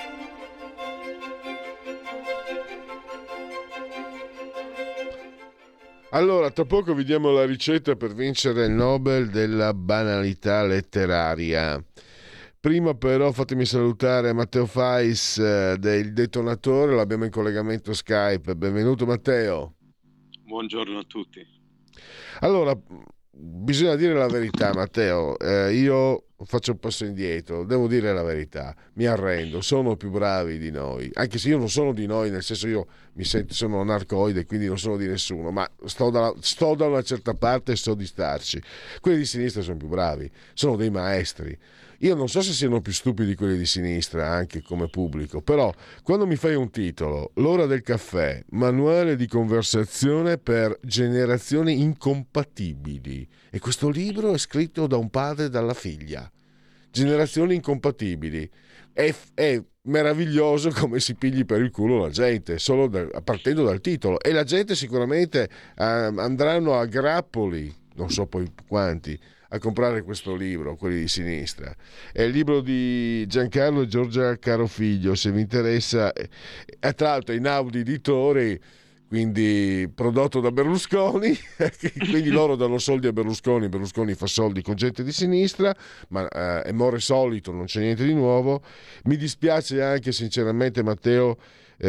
Allora, tra poco vi diamo la ricetta per vincere il Nobel della banalità letteraria. Prima però fatemi salutare Matteo Fais del Detonatore, l'abbiamo in collegamento Skype. Benvenuto Matteo. Buongiorno a tutti. Allora, bisogna dire la verità Matteo, io faccio un passo indietro, devo dire la verità, mi arrendo, sono più bravi di noi, anche se io non sono di noi, nel senso io mi sento, sono narcoide, quindi non sono di nessuno, ma sto da una certa parte e so di starci. Quelli di sinistra sono più bravi, sono dei maestri. Io non so se siano più stupidi quelli di sinistra anche come pubblico, però quando mi fai un titolo, L'ora del caffè, manuale di conversazione per generazioni incompatibili, e questo libro è scritto da un padre e dalla figlia, generazioni incompatibili, è meraviglioso come si pigli per il culo la gente, partendo dal titolo, e la gente sicuramente andranno a grappoli, non so poi quanti, a comprare questo libro, quelli di sinistra. È il libro di Giancarlo e Giorgia Carofiglio, se vi interessa, è tra l'altro in Audi Editori, quindi prodotto da Berlusconi, quindi loro danno soldi a Berlusconi, Berlusconi fa soldi con gente di sinistra, ma è more solito, non c'è niente di nuovo. Mi dispiace anche sinceramente Matteo,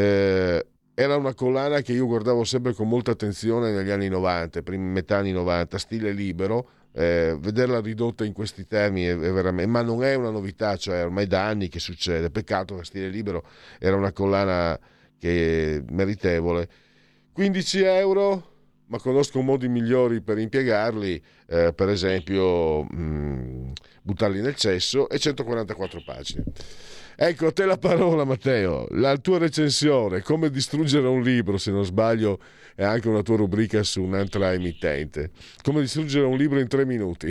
era una collana che io guardavo sempre con molta attenzione negli anni 90, metà anni 90, stile libero. Vederla ridotta in questi termini è veramente, ma non è una novità, cioè ormai da anni che succede. Peccato che Stile Libero era una collana che è meritevole. 15 euro, ma conosco modi migliori per impiegarli, per esempio buttarli nel cesso, e 144 pagine. Ecco, a te la parola Matteo, la tua recensione, come distruggere un libro, se non sbaglio è anche una tua rubrica su un'altra emittente, come distruggere un libro in 3 minuti.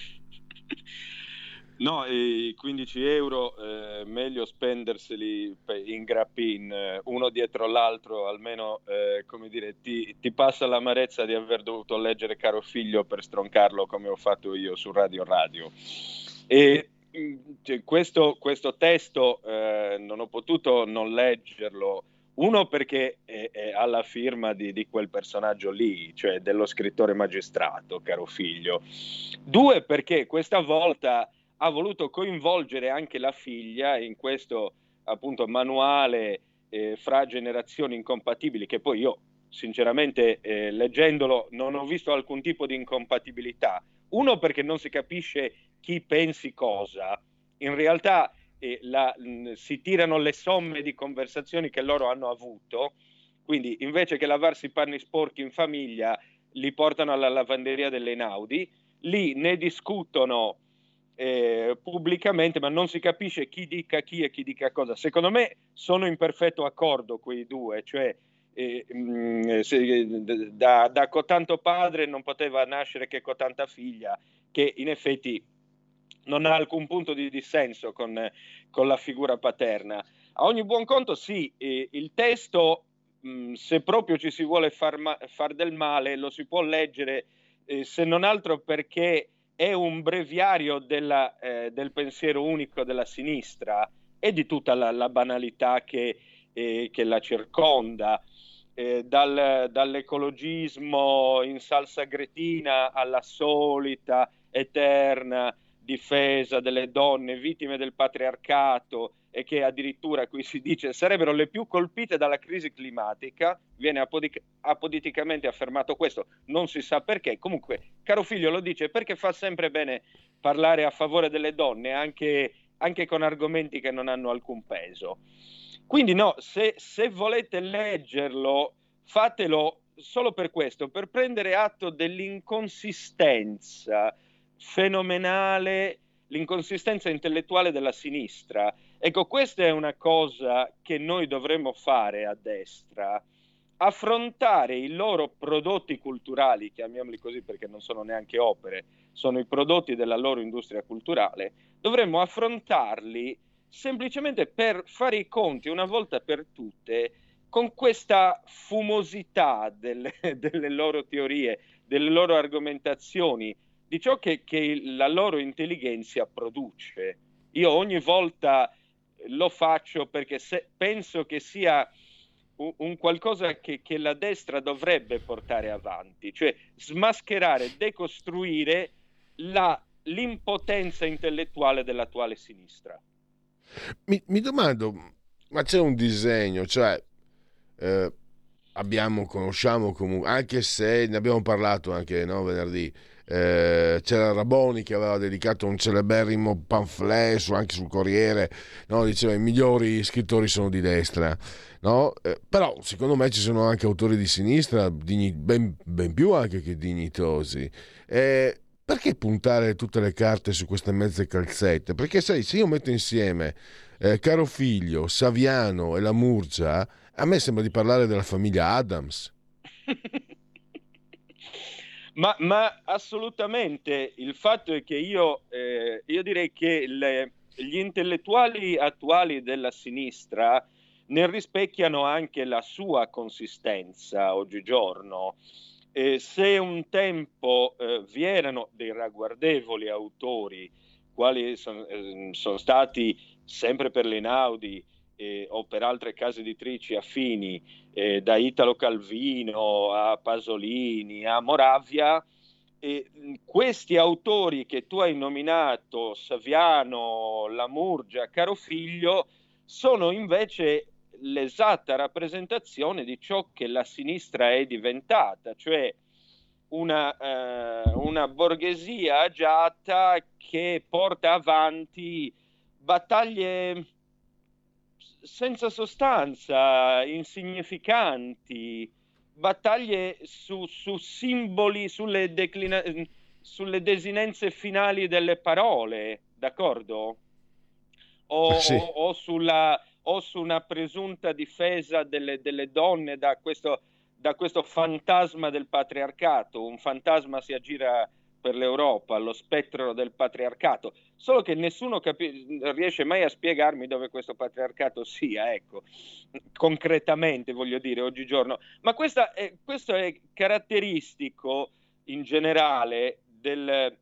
No, i 15 euro meglio spenderseli in grappin, uno dietro l'altro, almeno come dire, ti passa l'amarezza di aver dovuto leggere Carofiglio per stroncarlo come ho fatto io su Radio. E questo testo non ho potuto non leggerlo, uno perché è alla firma di quel personaggio lì, cioè dello scrittore magistrato Carofiglio, due perché questa volta ha voluto coinvolgere anche la figlia in questo appunto manuale fra generazioni incompatibili, che poi io sinceramente leggendolo non ho visto alcun tipo di incompatibilità. Uno perché non si capisce chi pensi cosa, in realtà si tirano le somme di conversazioni che loro hanno avuto, quindi invece che lavarsi i panni sporchi in famiglia li portano alla lavanderia dell'Einaudi, lì ne discutono pubblicamente, ma non si capisce chi dica chi e chi dica cosa. Secondo me sono in perfetto accordo quei due, cioè da cotanto padre non poteva nascere che cotanta figlia, che in effetti non ha alcun punto di dissenso con la figura paterna. A ogni buon conto sì, il testo, se proprio ci si vuole far del male, lo si può leggere se non altro perché è un breviario del pensiero unico della sinistra e di tutta la banalità che la circonda, dall'ecologismo in salsa gretina alla solita eterna difesa delle donne vittime del patriarcato, e che addirittura qui si dice sarebbero le più colpite dalla crisi climatica. Viene apoditticamente affermato questo, non si sa perché. Comunque Carofiglio lo dice perché fa sempre bene parlare a favore delle donne, anche con argomenti che non hanno alcun peso. Quindi no, se volete leggerlo, fatelo solo per questo, per prendere atto dell'inconsistenza fenomenale, l'inconsistenza intellettuale della sinistra. Ecco, questa è una cosa che noi dovremmo fare a destra, affrontare i loro prodotti culturali, chiamiamoli così perché non sono neanche opere, sono i prodotti della loro industria culturale, dovremmo affrontarli semplicemente per fare i conti una volta per tutte con questa fumosità delle loro teorie, delle loro argomentazioni, di ciò che la loro intelligenza produce. Io ogni volta lo faccio perché penso che sia un qualcosa che la destra dovrebbe portare avanti, cioè smascherare, decostruire l'impotenza intellettuale dell'attuale sinistra. Mi domando, ma c'è un disegno, cioè conosciamo comunque, anche se ne abbiamo parlato anche, no, venerdì, c'era Raboni che aveva dedicato un celeberrimo pamphlet anche sul Corriere, no? Diceva i migliori scrittori sono di destra, no? Però secondo me ci sono anche autori di sinistra ben più anche che dignitosi. Perché puntare tutte le carte su queste mezze calzette? Perché sai, se io metto insieme Carofiglio, Saviano e La Murgia, a me sembra di parlare della famiglia Adams. Ma assolutamente, il fatto è che io direi che gli intellettuali attuali della sinistra ne rispecchiano anche la sua consistenza oggigiorno. Se un tempo vi erano dei ragguardevoli autori, quali sono stati sempre per l'Einaudi o per altre case editrici affini, da Italo Calvino a Pasolini a Moravia, questi autori che tu hai nominato, Saviano, La Murgia, Carofiglio, sono invece l'esatta rappresentazione di ciò che la sinistra è diventata, cioè una borghesia agiata che porta avanti battaglie senza sostanza, insignificanti, battaglie su simboli, sulle desinenze finali delle parole, d'accordo? Sì. O su una presunta difesa delle donne da questo fantasma del patriarcato. Un fantasma si aggira per l'Europa, lo spettro del patriarcato, solo che nessuno riesce mai a spiegarmi dove questo patriarcato sia, ecco, concretamente voglio dire, oggigiorno. Ma questo è caratteristico in generale della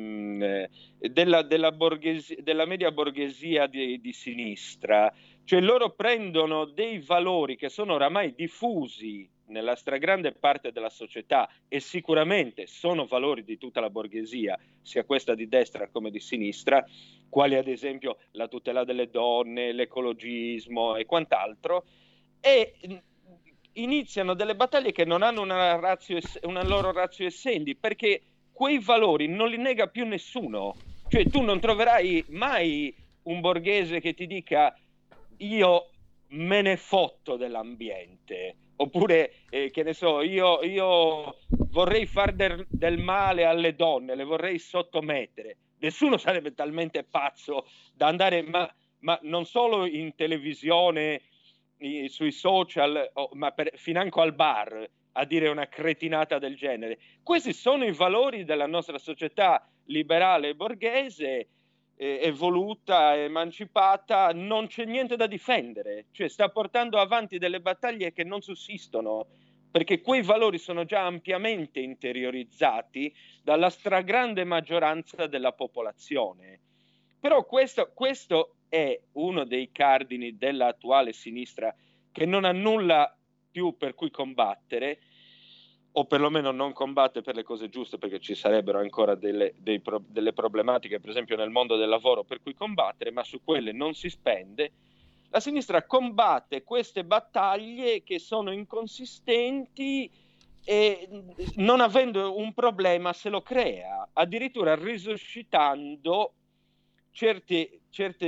media borghesia di sinistra, cioè loro prendono dei valori che sono oramai diffusi nella stragrande parte della società e sicuramente sono valori di tutta la borghesia, sia questa di destra come di sinistra, quali ad esempio la tutela delle donne, l'ecologismo e quant'altro, e iniziano delle battaglie che non hanno una loro ratio essendi, perché quei valori non li nega più nessuno. Cioè tu non troverai mai un borghese che ti dica io me ne fotto dell'ambiente, oppure che ne so, io vorrei far del male alle donne, le vorrei sottomettere. Nessuno sarebbe talmente pazzo da andare, ma non solo in televisione, sui social, ma financo al bar a dire una cretinata del genere. Questi sono i valori della nostra società liberale e borghese, evoluta, emancipata. Non c'è niente da difendere, cioè sta portando avanti delle battaglie che non sussistono, perché quei valori sono già ampiamente interiorizzati dalla stragrande maggioranza della popolazione. Però questo è uno dei cardini dell'attuale sinistra, che non ha nulla più per cui combattere, o perlomeno non combatte per le cose giuste, perché ci sarebbero ancora delle problematiche, per esempio nel mondo del lavoro, per cui combattere, ma su quelle non si spende. La sinistra combatte queste battaglie che sono inconsistenti e, non avendo un problema, se lo crea, addirittura risuscitando certi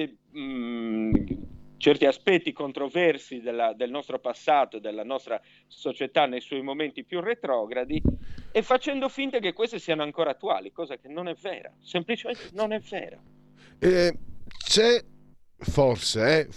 aspetti controversi del nostro passato, della nostra società nei suoi momenti più retrogradi, e facendo finta che queste siano ancora attuali, cosa che non è vera, semplicemente non è vera. C'è forse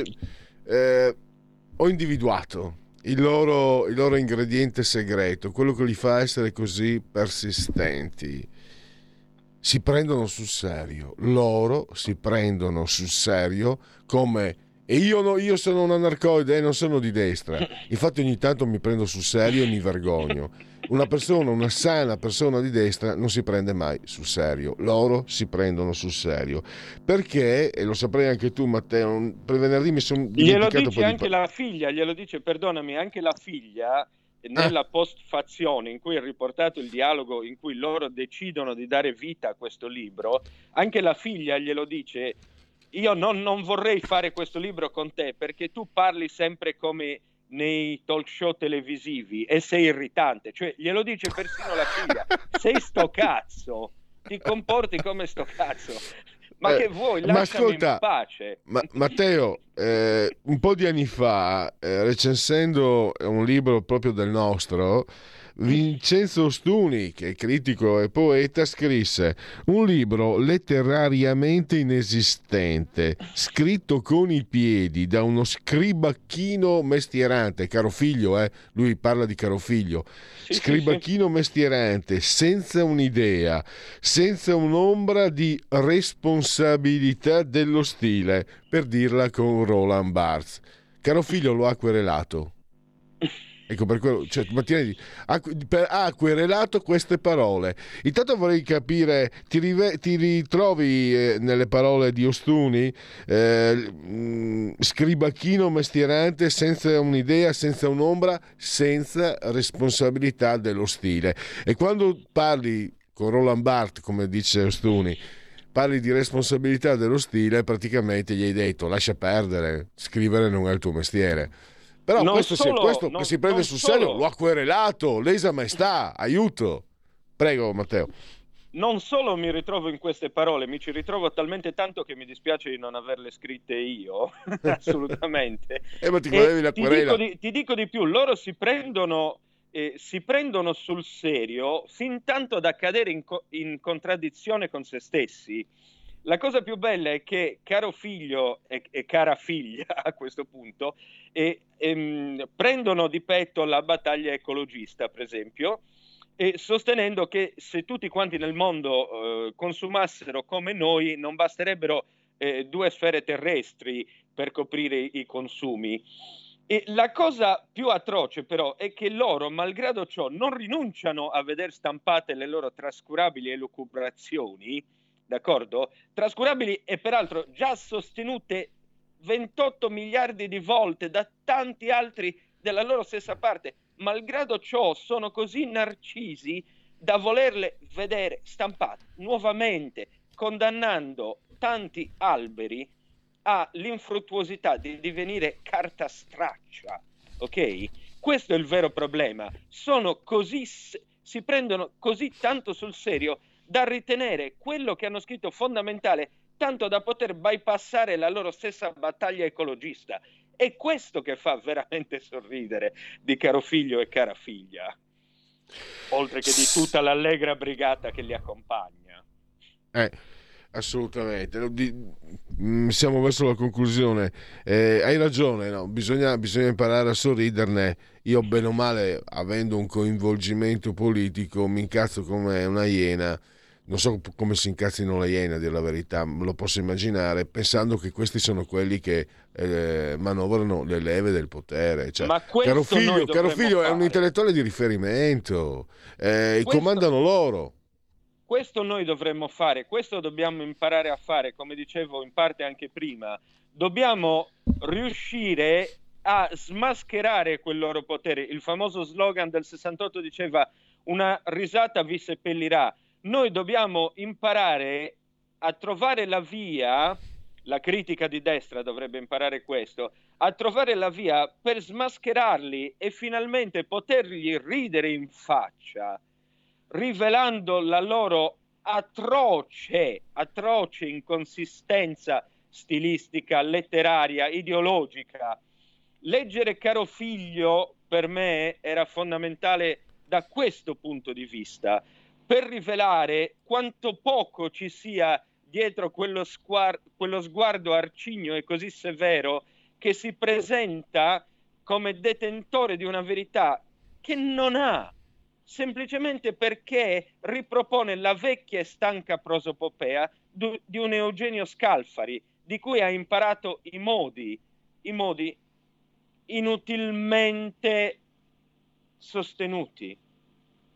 ho individuato il loro ingrediente segreto, quello che li fa essere così persistenti. Si prendono sul serio, loro si prendono sul serio come io sono un anarcoide e non sono di destra, infatti ogni tanto mi prendo sul serio e mi vergogno, una sana persona di destra non si prende mai sul serio. Loro si prendono sul serio perché, e lo saprai anche tu Matteo, per venerdì mi sono dimenticato. Glielo dice anche la figlia, glielo dice, perdonami, anche la figlia nella postfazione in cui è riportato il dialogo in cui loro decidono di dare vita a questo libro, anche la figlia glielo dice: io non vorrei fare questo libro con te perché tu parli sempre come nei talk show televisivi e sei irritante. Cioè glielo dice persino la figlia: sei sto cazzo, ti comporti come sto cazzo, ma che vuoi, lasciami in pace. Matteo, un po' di anni fa, recensendo un libro proprio del nostro, Vincenzo Ostuni, che è critico e poeta, scrisse un libro letterariamente inesistente, scritto con i piedi da uno scribacchino mestierante, Carofiglio, lui parla di Carofiglio, scribacchino mestierante, senza un'idea, senza un'ombra di responsabilità dello stile, per dirla con Roland Barthes. Carofiglio lo ha querelato. Ecco, per quello, cioè, ha querelato queste parole. Intanto vorrei capire, ti ritrovi nelle parole di Ostuni, scribacchino mestierante, senza un'idea, senza un'ombra, senza responsabilità dello stile. E quando parli con Roland Barthes, come dice Ostuni, parli di responsabilità dello stile, praticamente gli hai detto: lascia perdere, scrivere non è il tuo mestiere. Però questo che si prende sul serio lo ha querelato, lesa maestà, aiuto. Prego Matteo. Non solo mi ritrovo in queste parole, mi ci ritrovo talmente tanto che mi dispiace di non averle scritte io, assolutamente. Ma ti volevi la querela. Ti dico di più, loro si prendono sul serio fin tanto da cadere in contraddizione con se stessi. La cosa più bella è che caro figlio e cara figlia a questo punto prendono di petto la battaglia ecologista, per esempio, sostenendo che se tutti quanti nel mondo consumassero come noi non basterebbero 2 sfere terrestri per coprire i consumi. E la cosa più atroce però è che loro, malgrado ciò, non rinunciano a vedere stampate le loro trascurabili elucubrazioni, d'accordo? Trascurabili e peraltro già sostenute 28 miliardi di volte da tanti altri della loro stessa parte. Malgrado ciò sono così narcisi da volerle vedere stampate nuovamente, condannando tanti alberi all'infruttuosità di divenire carta straccia, ok? Questo è il vero problema. Si prendono così tanto sul serio da ritenere quello che hanno scritto fondamentale, tanto da poter bypassare la loro stessa battaglia ecologista. È questo che fa veramente sorridere di caro figlio e cara figlia, oltre che di tutta l'allegra brigata che li accompagna. Assolutamente. Siamo verso la conclusione. Hai ragione, no? Bisogna imparare a sorriderne. Io, bene o male, avendo un coinvolgimento politico, mi incazzo come una iena. Non so come si incazzino le iene, a dire la verità, me lo posso immaginare, pensando che questi sono quelli che manovrano le leve del potere. Cioè, ma caro figlio è un intellettuale di riferimento, comandano loro. Questo noi dovremmo fare, questo dobbiamo imparare a fare, come dicevo in parte anche prima. Dobbiamo riuscire a smascherare quel loro potere. Il famoso slogan del 68 diceva: una risata vi seppellirà. Noi dobbiamo imparare a trovare la via, la critica di destra dovrebbe imparare questo, a trovare la via per smascherarli e finalmente potergli ridere in faccia, rivelando la loro atroce inconsistenza stilistica, letteraria, ideologica. Leggere Caro Figlio per me era fondamentale da questo punto di vista, per rivelare quanto poco ci sia dietro quello sguardo arcigno e così severo che si presenta come detentore di una verità che non ha, semplicemente perché ripropone la vecchia e stanca prosopopea di un Eugenio Scalfari, di cui ha imparato i modi inutilmente sostenuti.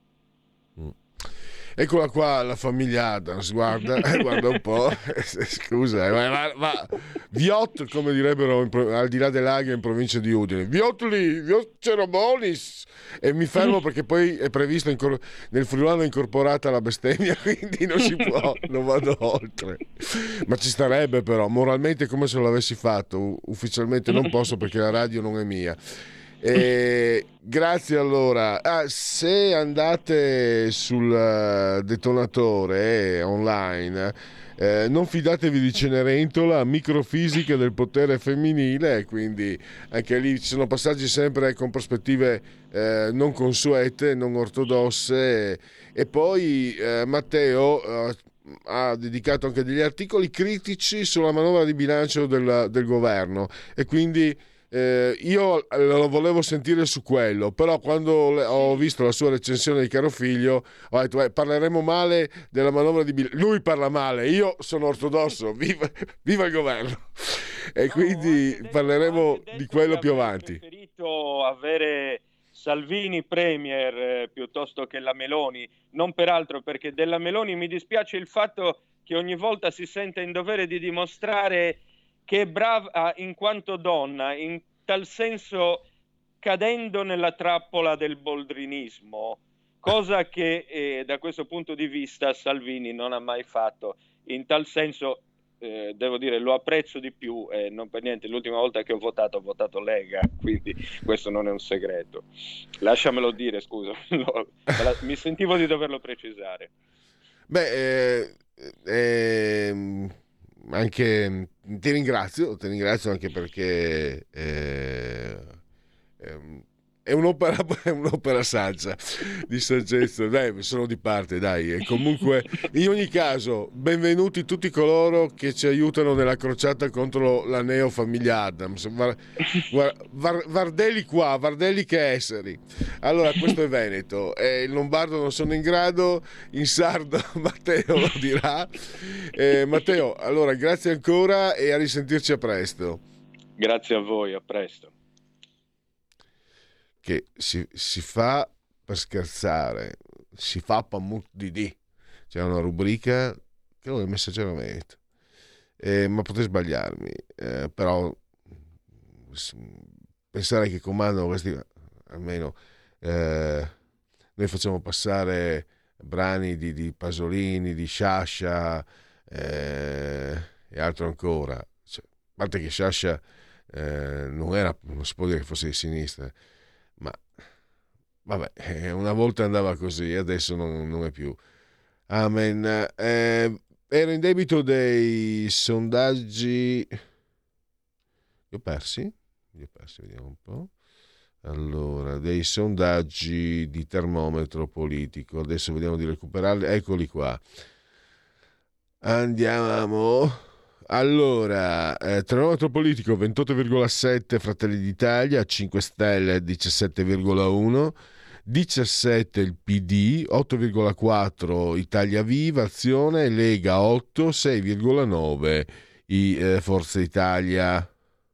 Eccola qua la famiglia Adams, guarda un po', scusa, ma Viot, come direbbero al di là dell'Aglia in provincia di Udine, Viotli, Cerobonis, e mi fermo perché poi è previsto nel friulano incorporata la bestemmia, quindi non si può, non vado oltre, ma ci starebbe però, moralmente come se l'avessi fatto, ufficialmente non posso perché la radio non è mia. Grazie. Allora, se andate sul detonatore online, non fidatevi di Cenerentola, microfisica del potere femminile, quindi anche lì ci sono passaggi sempre con prospettive non consuete, non ortodosse, e poi Matteo ha dedicato anche degli articoli critici sulla manovra di bilancio del governo, e quindi io lo volevo sentire su quello, però quando ho visto la sua recensione di Caro Figlio ho detto parleremo male della manovra di bilancio. Lui parla male, io sono ortodosso, viva il governo, e quindi parleremo di quello più avanti. Ho preferito avere Salvini premier piuttosto che la Meloni, non peraltro perché della Meloni mi dispiace il fatto che ogni volta si sente in dovere di dimostrare che è brava in quanto donna, in tal senso cadendo nella trappola del boldrinismo, cosa che da questo punto di vista Salvini non ha mai fatto. In tal senso devo dire lo apprezzo di più, non per niente l'ultima volta che ho votato Lega, quindi questo non è un segreto, lasciamelo dire, scusa, mi sentivo di doverlo precisare. Anche ti ringrazio anche perché è un'opera saggia, di saggezza, dai, sono di parte, dai. E comunque, in ogni caso, benvenuti tutti coloro che ci aiutano nella crociata contro la neofamiglia Adams. Vardelli qua, Vardelli che esseri. Allora, questo è Veneto, il lombardo non sono in grado, in sardo Matteo lo dirà. Matteo, allora, grazie ancora e a risentirci a presto. Grazie a voi, a presto. Che si fa per scherzare, si fa Pamuk Didi, c'è una rubrica che ho messa Veneto, ma potrei sbagliarmi, però pensare che comandano questi, almeno noi facciamo passare brani di Pasolini, di Sciascia e altro ancora, a parte che Sciascia non si può dire che fosse di sinistra, ma vabbè, una volta andava così, adesso non è più. Amen. Ero in debito dei sondaggi. Li ho persi, vediamo un po'. Allora, dei sondaggi di termometro politico. Adesso vediamo di recuperarli. Eccoli qua. Andiamo. Allora, termometro politico 28,7 Fratelli d'Italia, 5 Stelle 17,1, 17 il PD, 8,4 Italia Viva, Azione, Lega 8, 6,9 Forza Italia.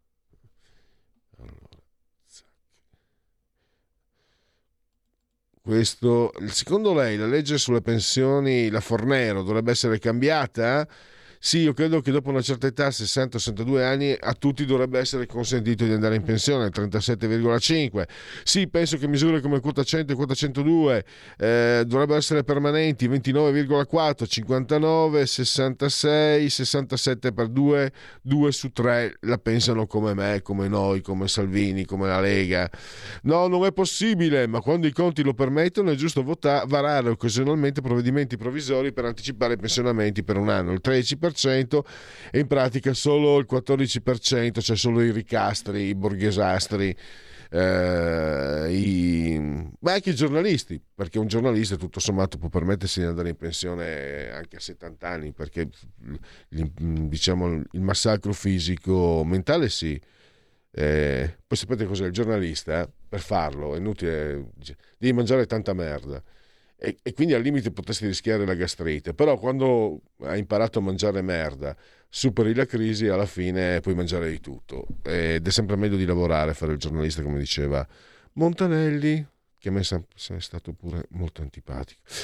Questo, secondo lei la legge sulle pensioni, la Fornero, dovrebbe essere cambiata? Sì, io credo che dopo una certa età, 60-62 anni, a tutti dovrebbe essere consentito di andare in pensione, 37,5. Sì, penso che misure come quota 100 e quota 102 dovrebbero essere permanenti, 29,4, 59, 66, 67 per 2 su 3 la pensano come me, come noi, come Salvini, come la Lega. No, non è possibile, ma quando i conti lo permettono è giusto varare occasionalmente provvedimenti provvisori per anticipare i pensionamenti per un anno. Il 13% e in pratica solo il 14%, cioè solo i ricastri, i borghesastri, ma anche i giornalisti, perché un giornalista tutto sommato può permettersi di andare in pensione anche a 70 anni, perché diciamo il massacro fisico mentale sì. Poi sapete cos'è il giornalista? Per farlo è inutile, devi mangiare tanta merda. E quindi al limite potresti rischiare la gastrite, però quando hai imparato a mangiare merda, superi la crisi, alla fine puoi mangiare di tutto, ed è sempre meglio di lavorare, fare il giornalista, come diceva Montanelli, che a me è stato pure molto antipatico.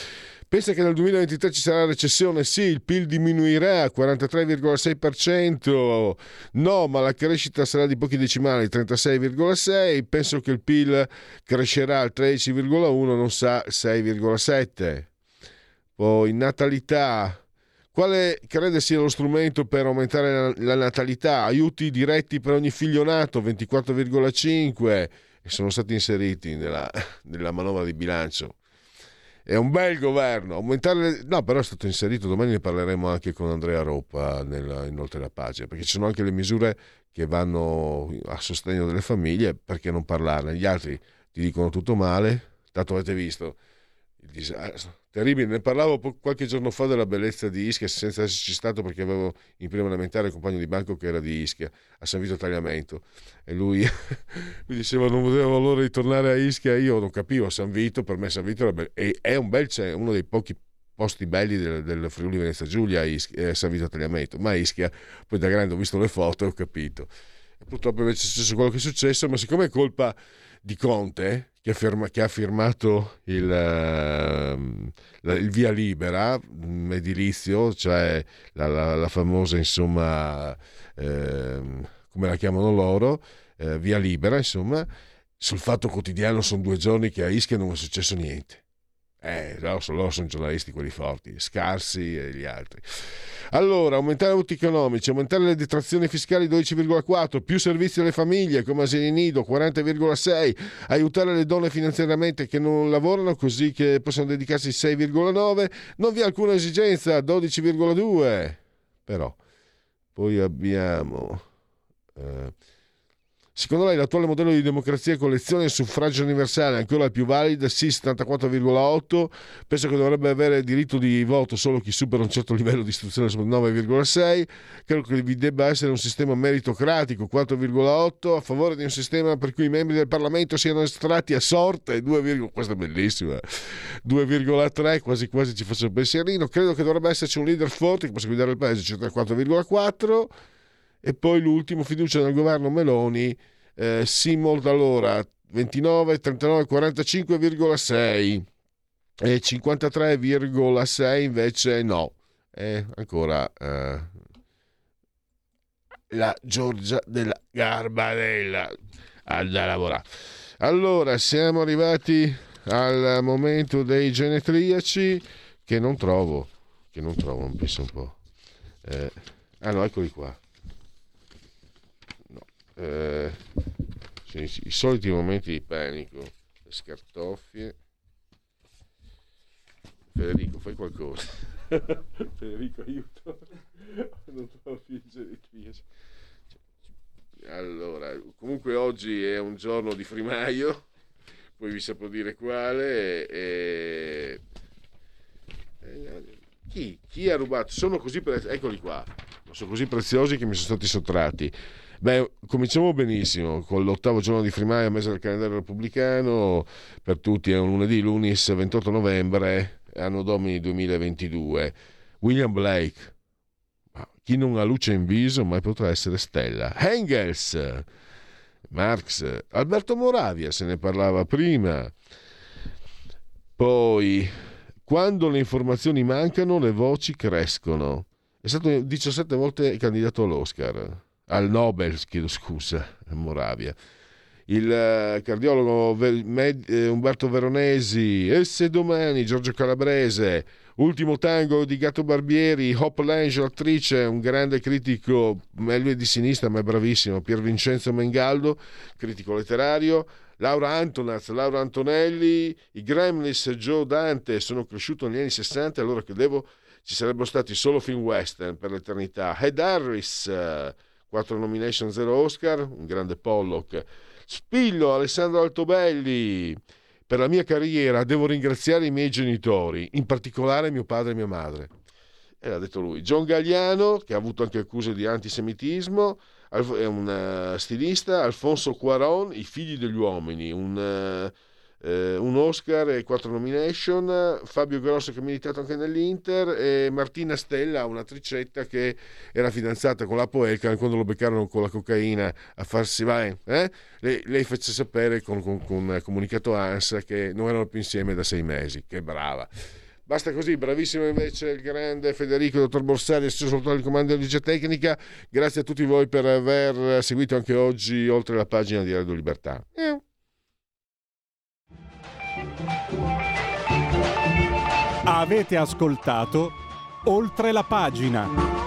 Pensa che nel 2023 ci sarà recessione? Sì, il PIL diminuirà a 43,6%, no, ma la crescita sarà di pochi decimali, 36,6%, penso che il PIL crescerà al 13,1%, non sa 6,7%. Poi natalità, quale crede sia lo strumento per aumentare la natalità? Aiuti diretti per ogni figlio nato, 24,5%, e sono stati inseriti nella manovra di bilancio. È un bel governo. Aumentare no, però è stato inserito, domani ne parleremo anche con Andrea Roppa in Oltre la Pagina, perché ci sono anche le misure che vanno a sostegno delle famiglie, perché non parlarne? Gli altri ti dicono tutto male, tanto avete visto il disastro. Terribile, ne parlavo qualche giorno fa della bellezza di Ischia senza esserci stato, perché avevo in prima elementare un compagno di banco che era di Ischia, a San Vito Tagliamento, e lui mi diceva non vedevo l'ora di tornare a Ischia. Io non capivo, San Vito, per me San Vito è un bel, cioè, uno dei pochi posti belli del Friuli Venezia Giulia, San Vito Tagliamento, ma Ischia, poi da grande ho visto le foto e ho capito. E purtroppo invece è successo quello che è successo, ma siccome è colpa di Conte, che ha firmato il via libera edilizio, cioè la famosa, insomma, come la chiamano loro, via libera, insomma, sul Fatto Quotidiano sono 2 giorni che a Ischia non è successo niente. Loro sono giornalisti, quelli forti, Scarsi e gli altri. Allora, aumentare aiuti economici, aumentare le detrazioni fiscali 12,4%, più servizi alle famiglie come asili nido 40,6%, aiutare le donne finanziariamente che non lavorano così che possono dedicarsi 6,9%, non vi è alcuna esigenza 12,2%. Però poi abbiamo secondo lei l'attuale modello di democrazia con elezione e suffragio universale è ancora il più valido? Sì, 74,8%. Penso che dovrebbe avere diritto di voto solo chi supera un certo livello di istruzione, 9,6%. Credo che vi debba essere un sistema meritocratico, 4,8%. A favore di un sistema per cui i membri del Parlamento siano estratti a sorte, 2, questa è bellissima, 2,3%, quasi quasi ci faccio il pensierino. Credo che dovrebbe esserci un leader forte che possa guidare il paese, 4,4%. E poi l'ultimo, fiducia nel governo Meloni, sì molto all'ora, 29, 39, 45,6% e 53,6% invece no. Ancora la Giorgia della Garbarella da lavorare. Allora, siamo arrivati al momento dei genetriaci che non trovo, non penso un po'. No, eccoli qua. Sì, i soliti momenti di panico, le scartoffie. Federico, fai qualcosa. Federico, aiuto, non trovo più il genetriaci. Allora, comunque oggi è un giorno di frimaio, poi vi saprò dire quale. Chi ha rubato? Sono così eccoli qua, sono così preziosi che mi sono stati sottratti. Beh, cominciamo benissimo con l'8° giorno di frimaio, mese del calendario repubblicano, per tutti è un lunedì, lunis 28 novembre, anno domini 2022. William Blake, chi non ha luce in viso mai potrà essere stella. Engels, Marx, Alberto Moravia, se ne parlava prima. Poi, quando le informazioni mancano, le voci crescono. È stato 17 volte candidato all'Oscar. Al Nobel, chiedo scusa, Moravia. Il cardiologo Umberto Veronesi, Esse domani, Giorgio Calabrese, Ultimo tango di Gatto Barbieri, Hop Lange, attrice, un grande critico, lui è di sinistra ma è bravissimo, Pier Vincenzo Mengaldo, critico letterario, Laura Antonaz, Laura Antonelli, i Gremlins, Joe Dante, sono cresciuto negli anni 60, allora credevo ci sarebbero stati solo film western per l'eternità. Ed Harris, 4 nomination, 0 Oscar, un grande Pollock. Spillo, Alessandro Altobelli, per la mia carriera devo ringraziare i miei genitori, in particolare mio padre e mia madre. E l'ha detto lui. John Galliano, che ha avuto anche accuse di antisemitismo, è un stilista. Alfonso Cuarón, I figli degli uomini, un Oscar e 4 nomination. Fabio Grosso, che ha militato anche nell'Inter, e Martina Stella, un'attricetta che era fidanzata con la Poelcan quando lo beccarono con la cocaina a farsi lei fece sapere con comunicato ANSA che non erano più insieme da 6 mesi. Che brava. Basta così, bravissimo invece il grande Federico, dottor Borsari, sotto il comando di regia tecnica. Grazie a tutti voi per aver seguito anche oggi oltre la pagina di Radio Libertà. Avete ascoltato Oltre la pagina.